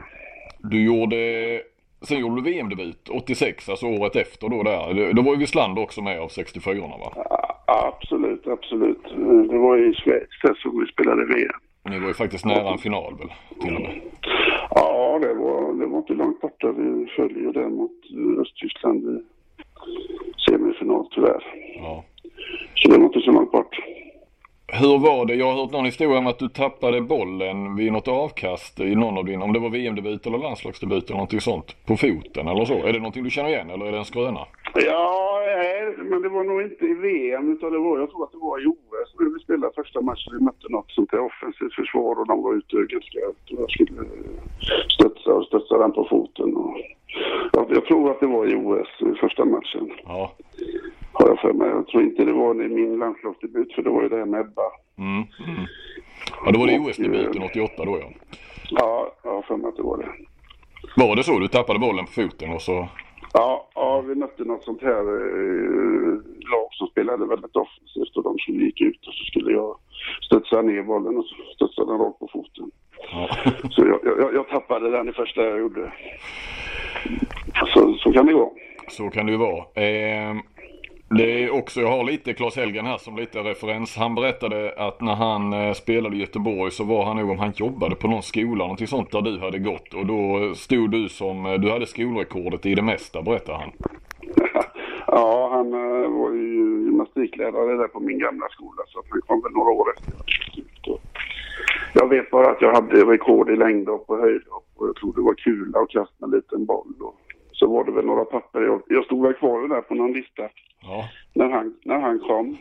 Sen gjorde du VM-debut 86, alltså året efter då där. Då var ju Wislander också med av 64, va? Ja, absolut. Det var i Schweiz som vi spelade VM. Ni var ju faktiskt nära en final väl, till och med. Ja, det var inte långt borta. Vi följde ju det mot Östtyskland i semifinal tyvärr. Ja. Så det var inte så långt bort. Hur var det? Jag har hört någon historia om att du tappade bollen vid något avkast i någon av din, om det var VM-debut eller landslagsdebut eller någonting sånt, på foten eller så. Är det någonting du känner igen eller är det en skröna? Ja, men det var nog inte i VM utan jag tror att det var i OS. Vi spelade första matchen, vi mötte något sånt där offensivt försvar och de var ute ganska och jag skulle stötsa den på foten. Och, jag tror att det var i OS i första matchen. Ja. Har jag för mig. Jag tror inte det var i min landslagsdebut för det var ju det här med Ebba. Ja, då var det OS-debuten 88 då, ja. Ja, jag har för mig att det var det. Var det så? Du tappade bollen på foten och så... Ja, vi mötte något sånt här lag som spelade väldigt offensivt och de som gick ut och så skulle jag studsa ner bollen och så studsade den rakt på foten. Ja. Så jag tappade den i första jag gjorde. Så kan det gå. Så kan det ju vara. Det är också, jag har lite Claes Helgen här som lite referens. Han berättade att när han spelade i Göteborg så var han nog, om han jobbade på någon skola, någonting sånt där du hade gått. Och då stod du som, du hade skolrekordet i det mesta, berättade han. Ja, han var ju gymnastiklärare där på min gamla skola, så han kom väl några år efter. Jag vet bara att jag hade rekord i längdhopp och höjdhopp, och jag tror det var kul att kasta en liten boll. Och så var det väl några papper. Jag stod väl kvar där på någon lista. Ja. När han kom.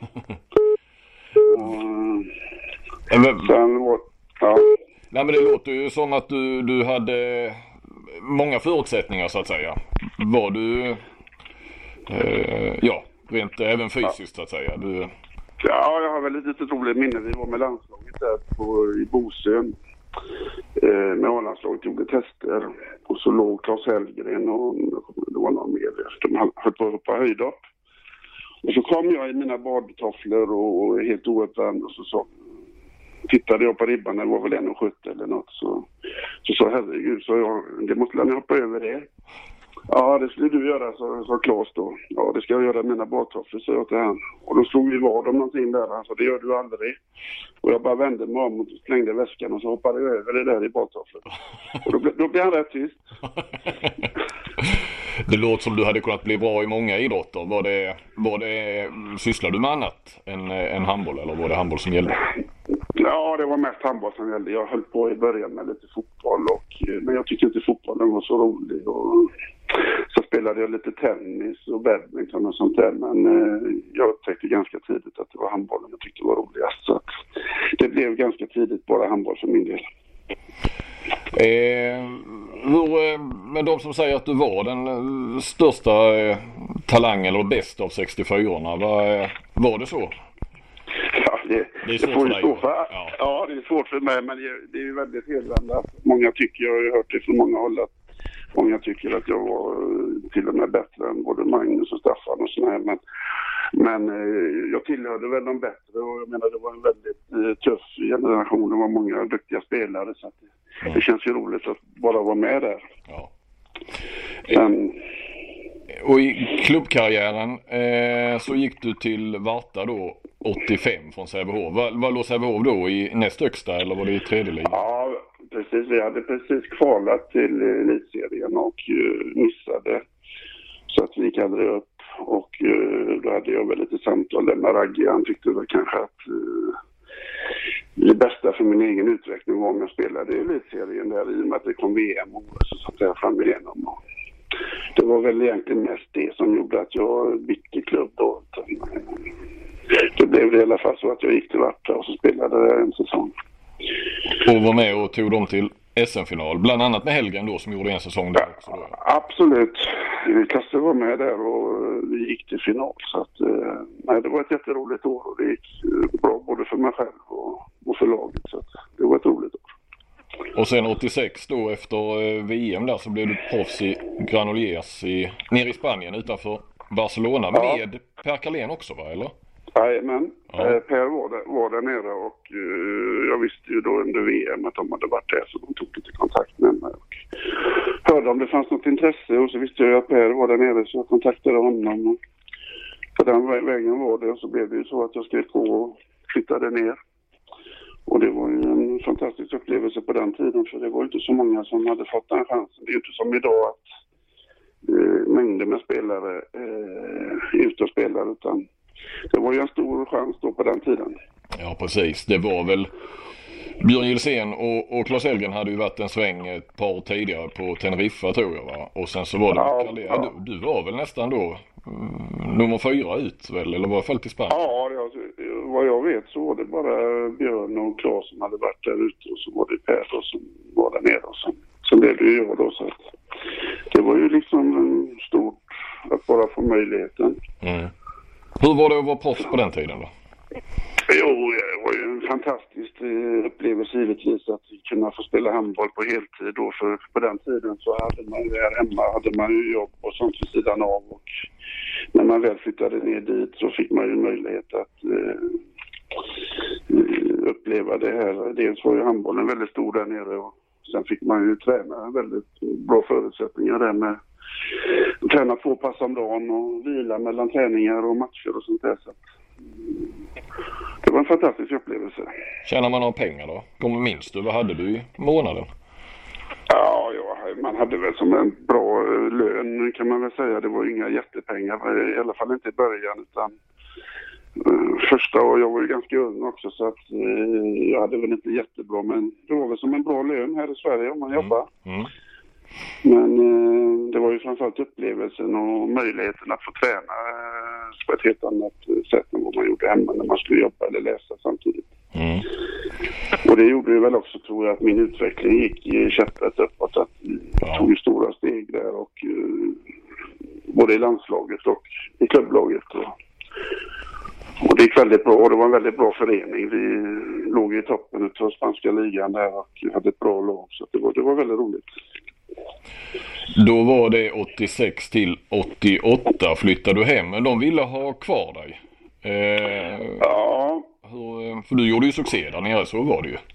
Sen var, ja. Nej, men det låter ju som att du hade många förutsättningar så att säga. Var du rent även fysiskt så att säga. Ja, jag har väl lite roligt minne. Vi var med landslaget där i Bosön. Med A-landslaget gjorde tester. Och så låg Claes Helgren och det var någon mer. De höll på att hoppa höjdhopp. Och så kom jag i mina badtofflor och helt ouppvärmd, och så tittade jag på ribban, det var väl 1,70 eller något. Så sa herregud, så jag, det måste jag hoppa över det. Ja, det skulle du göra, sa Claes då. Ja, det ska jag göra mina badtofflor, så jag till han. Och då slog vi vad om någonting där. Han sa, det gör du aldrig. Och jag bara vände mig om och slängde väskan och så hoppade jag över det där i badtofflor. Och då blev han rätt tyst. Det låter som du hade kunnat bli bra i många idrotter. Var det sysslar du med annat än handboll, eller var det handboll som gällde? Ja, det var mest handboll som gällde. Jag höll på i början med lite fotboll, men jag tyckte inte fotbollen var så rolig. Och så spelade jag lite tennis och badminton och sånt där. Men jag upptäckte ganska tidigt att det var handbollen jag tyckte var roligast. Så att det blev ganska tidigt bara handboll för min del. Men de som säger att du var den största talangen eller bäst av 64-orna, var det så? Ja, det är svårt för dig. Ja, det är svårt för mig, men det är ju väldigt hedrande att många tycker, jag har hört det från många håll, att många tycker att jag var till och med bättre än både Magnus och Staffan och såna här, men jag tillhörde väl de bättre, och jag menar det var en väldigt tuff generation, det var många duktiga spelare, så att det känns ju roligt att bara vara med där. Ja. Och i klubbkarriären så gick du till Varta då 85 från Sävehof. Vad låg Sävehof då i näst högsta, eller var det i tredje ligan? Ja, precis. Vi hade precis kvalat till elitserien och missade. Så att vi gick aldrig upp. Och då hade jag väl lite samtal där med Ragge. Han tyckte väl kanske att det bästa för min egen utveckling var om jag spelade i elitserien där, i och med att det kom VM och så satt jag fram igenom. Det var väl egentligen mest det som gjorde att jag bytte klubb då. Det blev det i alla fall så att jag gick till Varta och så spelade jag en säsong. Och var med och tog dem till SM-final, bland annat med Helgen då som gjorde en säsong där också då. Absolut. Kasse var med där och vi gick till final, så att nej, det var ett jätteroligt år och det gick bra både för mig själv och för laget, så att det var ett roligt år. Och sen 86 då efter VM där så blev du proffs i Granollers nere i Spanien utanför Barcelona med Per Carlén också, va, eller? Jajamän, Per var där nere och jag visste ju då under VM att de hade varit där, så de tog lite kontakt med mig och hörde om det fanns något intresse, och så visste jag att Per var där nere, så jag kontaktade honom och på den vägen var det, och så blev det ju så att jag skrev på och flyttade ner. Och det var ju en fantastisk upplevelse på den tiden, för det var inte så många som hade fått den chansen. Det är inte som idag att mängder med spelare är ute och spelar, utan det var ju en stor chans då på den tiden. Ja, precis. Det var väl Björn Gilsén och Claes Helgen hade ju varit en sväng ett par år tidigare på Teneriffa, tror jag, va? Och sen så var det du var väl nästan då nummer 4 ut väl, eller var fallit i Spanien? Ja, vad jag vet så var det bara Björn och Claes som hade varit där ute, och så var det Per då som var där nere, och sen blev det ju jag då, så att det var ju liksom stort att bara få möjligheten. Mm. Hur var det att vara proffs på den tiden då? Jo, det var ju en fantastisk upplevelse givetvis att kunna få spela handboll på heltid då, för på den tiden så hade man ju här hemma ju jobb och sånt vid sidan av, och när man väl flyttade ner dit så fick man ju möjlighet att uppleva det här. Dels var ju handbollen väldigt stor där nere, och Sen fick man ju träna väldigt bra förutsättningar där med att träna 2 pass om dagen och vila mellan träningar och matcher och sånt där. Så det var en fantastisk upplevelse. Tjänar man några pengar då? Minns du, vad hade du i månaden? Ja, man hade väl som en bra lön kan man väl säga. Det var inga jättepengar, i alla fall inte i början, utan första år, jag var ju ganska ung också, så att jag hade väl inte jättebra, men det var väl som en bra lön här i Sverige om man jobbar. Men det var ju framförallt upplevelsen och möjligheten att få träna på ett helt annat sätt än vad man gjorde hemma när man skulle jobba eller läsa samtidigt. Och det gjorde ju väl också, tror jag, att min utveckling gick i käpprätt uppåt, att jag tog stora steg där, och både i landslaget och i klubblaget. Och det gick väldigt bra, och det var en väldigt bra förening. Vi låg i toppen av spanska ligan där och hade ett bra lag, så det var väldigt roligt. Då var det 86 till 88 flyttade du hem, men de ville ha kvar dig. Ja. För du gjorde ju succé där nere, så var det ju.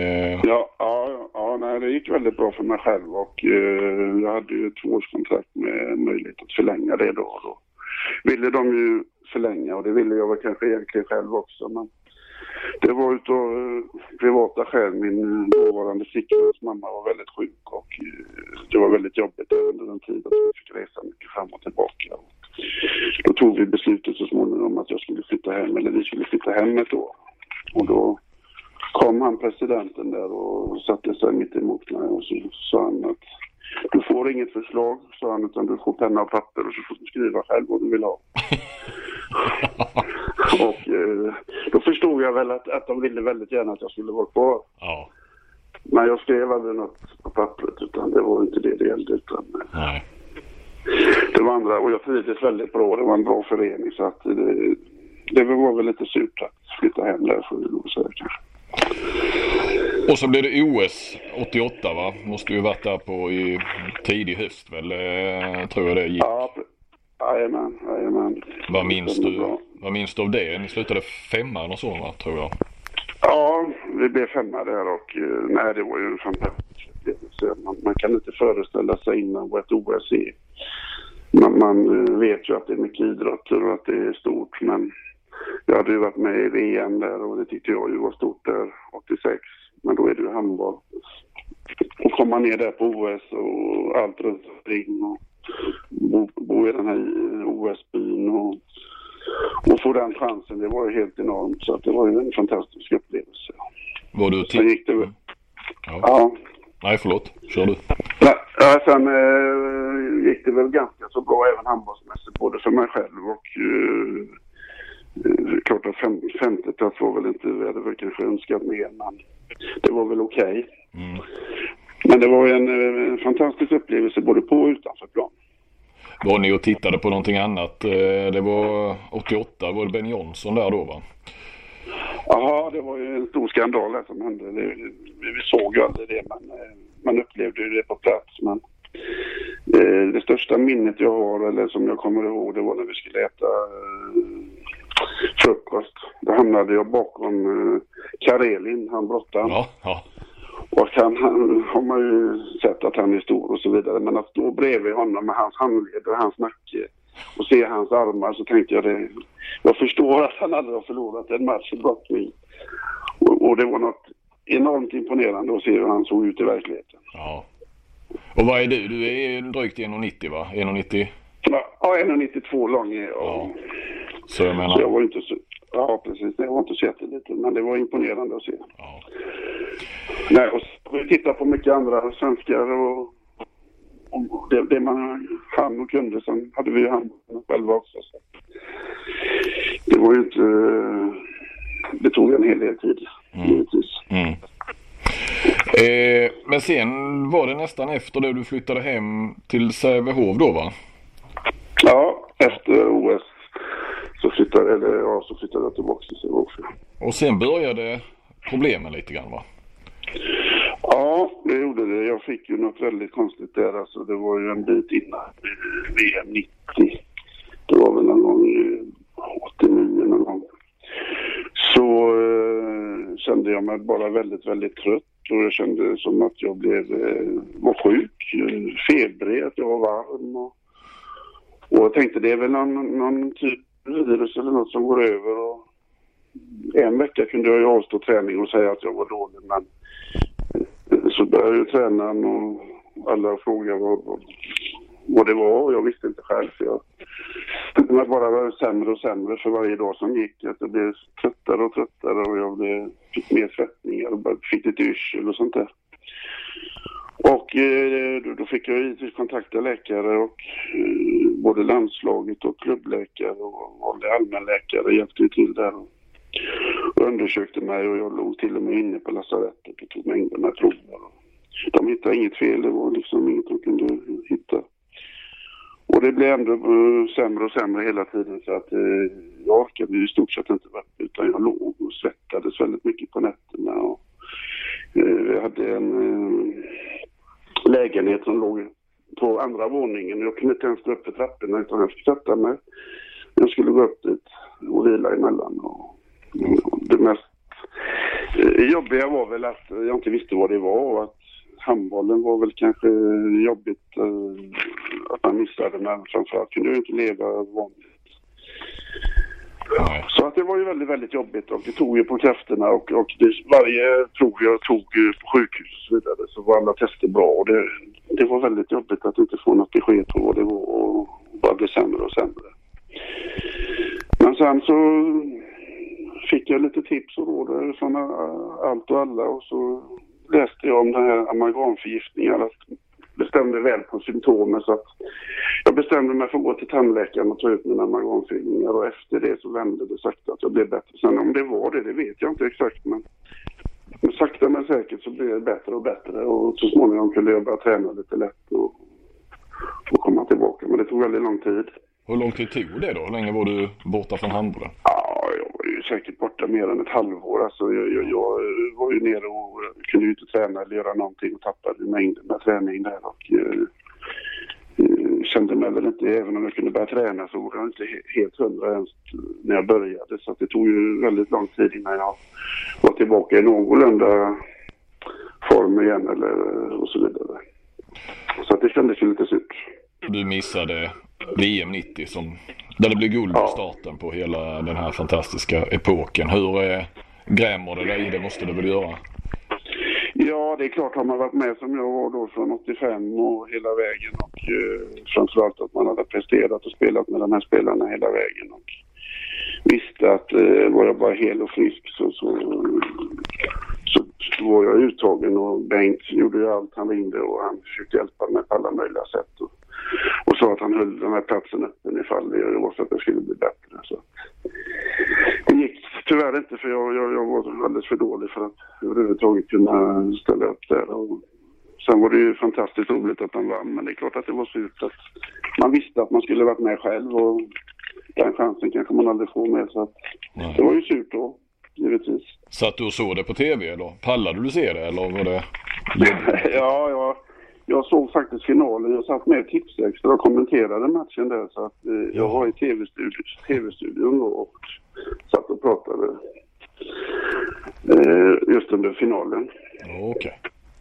Nej, det gick väldigt bra för mig själv, och jag hade ju ett 2-årskontrakt med möjlighet att förlänga det då. Då ville de ju förlänga, och det ville jag väl kanske egentligen själv också, men det var utav privata skäl. Min dåvarande flickans mamma var väldigt sjuk, och det var väldigt jobbigt under den tiden att vi fick resa mycket fram och tillbaka. Då tog vi beslutet så småningom att jag skulle flytta hem, eller vi skulle flytta hem ett år. Och då kom han, presidenten där, och satte sig mitt emot mig, och så sa han att du får inget förslag, sa han, utan du får penna och papper och så får du skriva själv vad du vill ha. Och då förstod jag väl att de ville väldigt gärna att jag skulle vara kvar. Ja. Men jag skrev aldrig något på pappret, utan det var inte det gällde, utan nej. Det var andra, och jag trivdes väldigt bra. Det var en bra förening, så att det var väl lite surt att flytta hem där, för att säga kanske. Och så blev det OS 88, va? Måste ju varit där på i tidig höst väl, tror jag det gick. Ja, jajamän. Vad minns du av det? Ni slutade 5:a och så, va, tror jag. Ja, vi blev 5:a där, och nej, det var ju en fantastisk upplevelse. Man kan inte föreställa sig innan vad ett OS är. Man vet ju att det är mycket idrotter och att det är stort, men jag hade ju varit med i VM där, och det tyckte jag ju var stort där 86. Men då är det ju handboll. Och komma ner där på OS och allt runt omkring, och bo i den här OS-byn och få den chansen, det var ju helt enormt. Så att det var ju en fantastisk upplevelse. Var du Sen gick det väl. Ja. Nej, förlåt. Kör du. Ja, sen gick det väl ganska så bra även handbollsmässigt, både för mig själv och klart att femte plats var väl inte, vi hade väl kanske önskat mer, men det var väl okej. Men det var en fantastisk upplevelse både på och utanför plan. Var ni och tittade på någonting annat? Det var 88, var det Ben Johnson där då, va? Ja, det var ju en stor skandal där som hände. Vi såg ju aldrig det, men man upplevde ju det på plats. Men det största minnet jag har, eller som jag kommer ihåg, det var när vi skulle äta frukost. Då hamnade jag bakom Karelin, han brottaren. Ja. Och han har man ju sett att han är stor och så vidare. Men att stå bredvid honom med hans handled och hans nacke och se hans armar, så tänkte jag jag förstår att han aldrig har förlorat en match i brottning. Och det var något enormt imponerande att se hur han såg ut i verkligheten. Ja. Och vad är du? Du är drygt 1,90, va? 1,90? Ja, 1,92 lång. Ja. Så jag menar... Så jag var inte så... Ja, precis. Det var inte så jätteliten, men det var imponerande att se. Ja. Nej, och vi tittar på mycket andra svenskar och det man hann och kunde, sen hade vi ju han själva också. Så. Det var ju inte... Det tog en hel del tid, givetvis. Men sen var det nästan efter det du flyttade hem till Sävehof då, va? Ja, efter OS så flyttade jag tillbaka till Sävehof. Och sen började problemen lite grann, va? Ja, det gjorde det. Jag fick ju något väldigt konstigt där. Alltså, det var ju en bit innan VM 90. Det var väl någon gång 89 någon gång. Så kände jag mig bara väldigt, väldigt trött. och jag kände som att jag var sjuk, febrig, att jag var varm. Och jag tänkte det är väl någon typ virus eller något som går över. Och en vecka kunde jag ju avstå träning och säga att jag var dålig, men så började jag träna och alla frågade vad det var och jag visste inte själv. Så jag det bara var sämre och sämre för varje dag som gick. Att jag blev tröttare och tröttare och jag fick mer svettningar och fick lite yrsel och sånt där. Och då fick jag givetvis kontakta läkare och både landslaget och klubbläkare och vanliga allmänläkare hjälpte till där och undersökte mig och jag låg till och med inne på lasarettet och tog mängder med prover. De hittade inget fel, det var liksom inget de kunde hitta. Och det blev ändå sämre och sämre hela tiden så att jag orkade i stort sett inte vara utan jag låg och svettades väldigt mycket på nätterna. Och, jag hade en lägenhet som låg på andra våningen. Jag kunde inte ens gå upp för trapporna utan jag fick sätta mig. Jag skulle gå upp dit och vila emellan. Och det mest jobbiga var väl att jag inte visste vad det var och att handbollen var väl kanske jobbigt att man missade, men framförallt kunde jag inte leva vanligt. Så att det var ju väldigt, väldigt jobbigt och det tog ju på krafterna och varje prov jag tog på sjukhus och så vidare så var alla tester bra och det var väldigt jobbigt att inte få något besked på vad det var och bara bli sämre och sämre. Men sen så fick jag lite tips och råd från allt och alla och så läste jag om den här amalgamförgiftningen och bestämde väl på symptomen så att jag bestämde mig för att gå till tandläkaren och ta ut mina amalgamfyllningar och efter det så vände det sakta att jag blev bättre. Sen om det var det vet jag inte exakt men sakta men säkert så blev det bättre och bättre och så småningom kunde jag börja träna lite lätt och komma tillbaka men det tog väldigt lång tid. Hur lång tid tog det då? Hur länge var du borta från handbollen? Ja, jag var ju säkert borta mer än ett halvår. Alltså, jag var ju nere och kunde ju inte träna eller göra någonting och tappade mängder med träning där. Och kände mig väl inte, även om jag kunde börja träna så var jag inte helt 100 ens när jag började. Så att det tog ju väldigt lång tid innan jag var tillbaka i någorlunda form igen och så vidare. Så att det kändes ju lite surt. Du missade VM 90 där det blev guld i starten på hela den här fantastiska epoken. Hur grämer det dig? Det måste du väl göra? Ja, det är klart har man varit med som jag var då från 85 och hela vägen och framförallt att man hade presterat och spelat med de här spelarna hela vägen och visste att var jag bara hel och frisk så var jag uttagen och Bengt gjorde ju allt han ringde och han försökte hjälpa mig på alla möjliga sätt och sa att han höll den här platsen öppen ifall det var så att det skulle bli bättre. Så det gick tyvärr inte för jag var alldeles för dålig för att överhuvudtaget kunna ställa upp där. Och sen var det ju fantastiskt roligt att han vann men det är klart att det var surt att man visste att man skulle varit med själv och den chansen kanske man aldrig får med så att det var ju surt då, givetvis. Satt du och såg det på tv eller? Pallade du se det eller var det? Ja, jag såg faktiskt finalen. Jag satt med i Tipsextra och kommenterade matchen där så att jag var i tv-studion och satt och pratade just under finalen. Okej.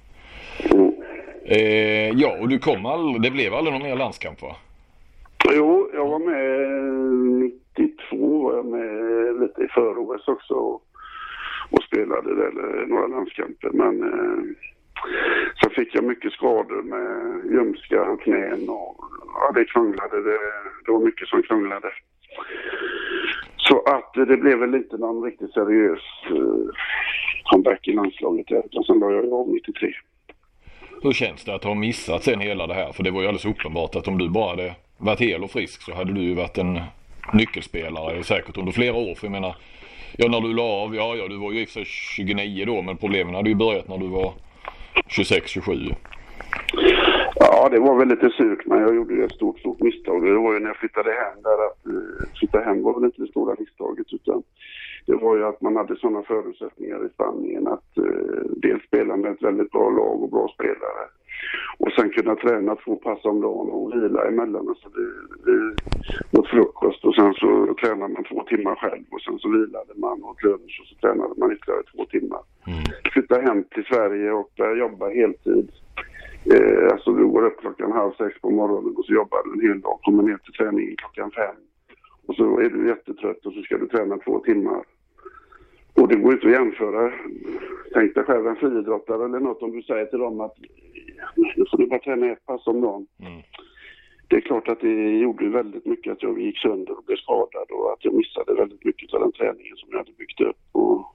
Ja, och du det blev aldrig någon mer landskamp va? Jo, jag var med 92 var jag med lite i för-OS också och spelade där, några landskamper men så fick jag mycket skador med ljumskar och knän och det krånglade, det var mycket som krånglade. Så att det blev väl inte någon riktigt seriös comeback i landslaget där, utan sen la jag av 93. Hur känns det att ha missat sen hela det här? För det var ju alldeles uppenbart att om du bara hade varit hel och frisk så hade du ju varit en nyckelspelare säkert under flera år. För jag menar, när du la av, du var ju i och för sig 29 då men problemen hade ju börjat när du var 26-27. Ja, det var väl lite surt men jag gjorde ju ett stort misstag. Det var ju när jag flyttade hem där att flytta hem var väl inte det stora misstaget utan det var ju att man hade sådana förutsättningar i Spanien att dels spela med ett väldigt bra lag och bra spelare Och sen kunna träna 2 pass om dagen och vila emellan. Alltså det åt frukost och sen så tränade man 2 timmar själv och sen så vilade man åt lunch och så tränade man ytterligare 2 timmar. Flyttade hem till Sverige och började jobba heltid. Alltså du går upp 5:30 på morgonen och så jobbar du en hel dag, kommer ner till träningen 5:00. Och så är du jättetrött och så ska du träna 2 timmar. Och det går inte att jämföra. Tänk dig själv en friidrottare eller något om du säger till dem att nu får du bara träna 1 pass om dagen. Det är klart att det gjorde väldigt mycket att jag gick sönder och blev skadad och att jag missade väldigt mycket av den träningen som jag hade byggt upp. Och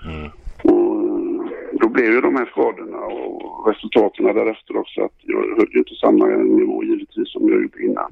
då blev ju de här skadorna och resultaten därefter också att jag höll ju inte samma nivå givetvis som jag gjorde innan.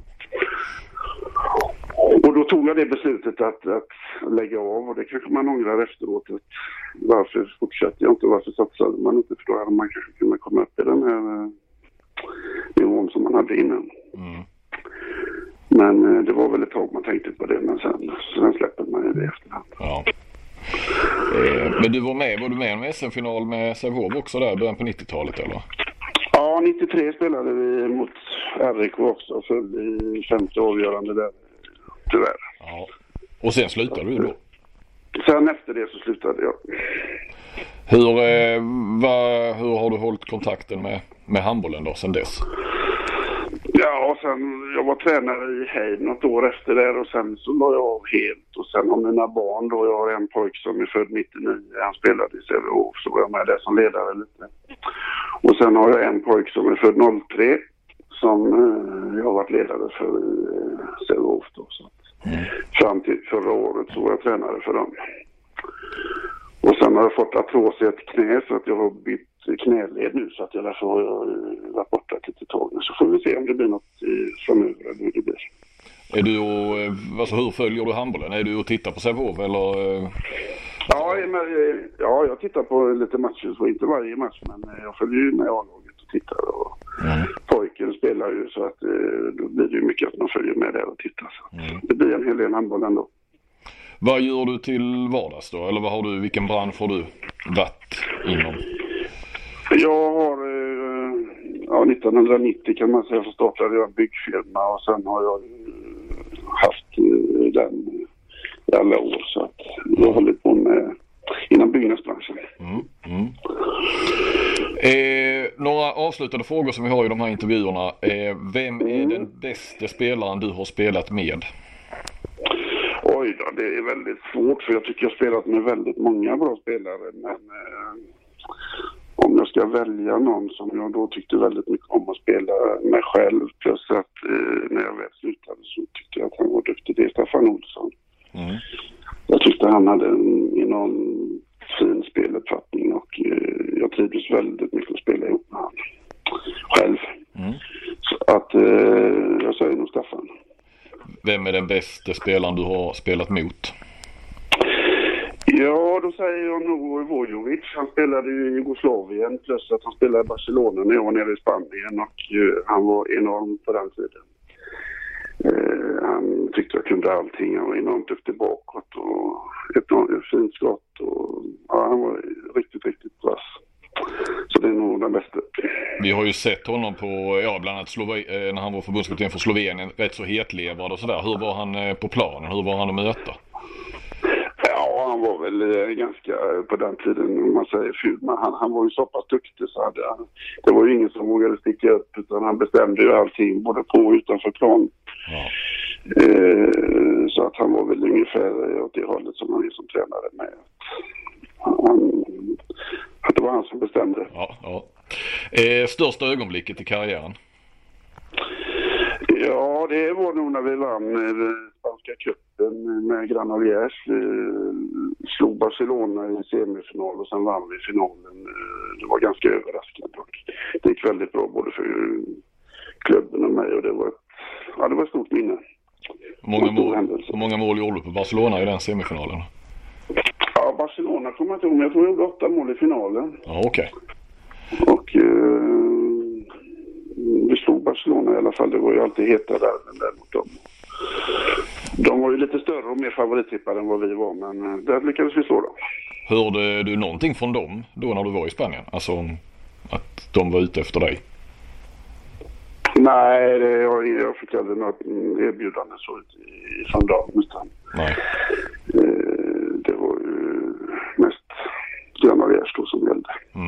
Och då tog jag det beslutet att lägga av och det kanske man ångrar efteråt. Varför fortsatte jag inte? Varför satsade man inte? För då hade man kanske kunnat komma upp i den här nivån som man hade innan. Men det var väl ett tag man tänkte på det men sen släppte man det efterhand. Ja. Men var du med i en SM-final med Sävehof också där början på 90-talet eller? Ja, 93 spelade vi mot RIK också och föll i 50 avgörande där, tyvärr. Ja. Och sen slutade du då? Sen efter det så slutade jag. Hur har du hållit kontakten med handbollen då sen dess? Ja, sen jag var tränare i Heid något år efter det och sen så la jag av helt. Och sen har mina barn då, jag har en pojk som är född 99, han spelade i Sävehof så var jag med där som ledare lite. Och sen har jag en pojk som är född 03 som jag har varit ledare för i Sävehof då. Så fram till förra året så var jag tränare för dem. Och sen har jag fått artros i ett knä så att jag har bytt knäled nu så att jag därför har varit borta ett litet tag. Så får vi se om det blir något framöver eller hur det blir. Hur följer du handbollen? Är du och tittar på Sävehof eller? Ja, jag tittar på lite matcher så inte varje match men jag följer ju med A-laget och tittar och pojken spelar ju så att då blir det ju mycket att man följer med där och tittar. Så det blir en hel del handboll ändå. Vad gör du till vardags då? Eller vilken bransch har du varit inom? Jag har 1990 kan man säga så startade jag en byggfirma och sen har jag haft den i alla år så att jag har hållit på med inom byggnadsbranschen. Några avslutade frågor som vi har i de här intervjuerna. Vem är den bästa spelaren du har spelat med? Oj då, det är väldigt svårt för jag tycker jag har spelat med väldigt många bra spelare men om jag ska välja någon som jag då tyckte väldigt mycket om att spela med själv plus att när jag väl slutade så tyckte jag att han var duktig, det är Staffan Olsson. Jag tyckte han hade en enorm fin speluppfattning och jag trivdes väldigt mycket att spela ihop med han själv. Så att jag säger nog Staffan. Vem är den bästa spelaren du har spelat mot? Ja, då säger jag nog Vojovic. Han spelade ju i Jugoslavien plus att han spelade i Barcelona när jag var nere i Spanien och han var enorm på den tiden. Han tyckte jag kunde allting. Han var enormt duktig bakåt och ett fint skott och ja, han var riktigt, riktigt bra. Så det är nog den bästa. Vi har ju sett honom på, bland annat när han var förbundskapten för Slovenien, rätt så hetlevrad och sådär. Hur var han på planen? Hur var han att möta? Ja, han var väl ganska på den tiden, om man säger ful, men han var ju så pass duktig så det var ju ingen som vågade sticka upp utan han bestämde ju allting både på och utanför plan. Ja. Så att han var väl ungefär åt det hållet som han är som tränare med. Att det var han som bestämde. Ja. Största ögonblicket i karriären? Ja, det var nog när vi vann Spanska cupen med Granollers. Slog Barcelona i semifinal och sen vann vi finalen. Det var ganska överraskande. Det gick väldigt bra både för klubben och mig och det var ett stort minne. Hur många mål gjorde du på Barcelona i den semifinalen? Ja, Barcelona kommer jag inte ihåg, men jag tror jag gjorde 8 mål i finalen. Ja, okej. Och vi slog Barcelona i alla fall. Det var ju alltid heta där mot dem. De var ju lite större och mer favorittippade än vad vi var, men där lyckades vi slå dem. Hörde du någonting från dem då när du var i Spanien? Alltså att de var ute efter dig? Nej, jag fick aldrig något erbjudande så från dem. Nej. Det var ju mest Gunnar Gärstor som gällde.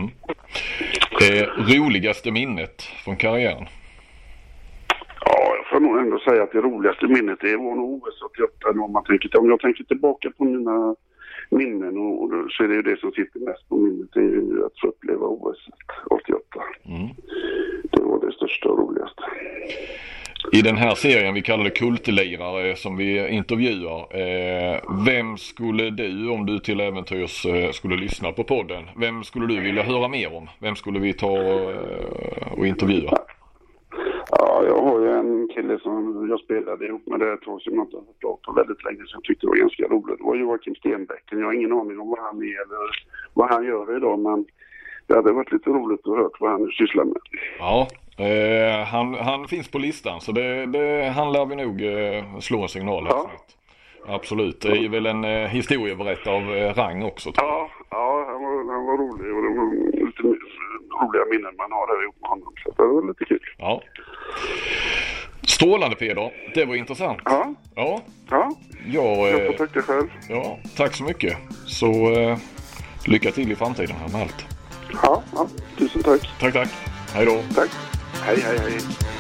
Roligaste minnet från karriären? Ja, jag får nog ändå säga att det roligaste minnet är var nog OS 88. Om jag tänker tillbaka på mina minnen och så är det ju det som sitter mest på minnet, det är ju att få uppleva OS 88. Det var det största och roligaste. I den här serien vi kallar det kultlirare som vi intervjuar, vem skulle du, om du till äventyrs skulle lyssna på podden, vem skulle du vilja höra mer om? Vem skulle vi ta och intervjua? Ja, jag har ju en kille som jag spelade ihop med det som jag inte har pratat på väldigt länge sedan. Jag tyckte det var ganska roligt. Det var Joakim Stenbäcken. Jag har ingen aning om vad han är eller vad han gör idag, men det hade varit lite roligt att höra vad han sysslar med. Ja, han finns på listan, så han lär vi nog slå en signal. Ja. Absolut, det är väl en historieberättare av rang också. Ja, han var rolig och det var lite roliga minnen man har där ihop med honom, så det var lite kul. Ja. Strålande, Peder, det var intressant. Ja. Jag får tacka själv. Ja, tack så mycket. Så lycka till i framtiden här med allt. Ja, tusen tack. Tack. Hej då. Tack. Hej.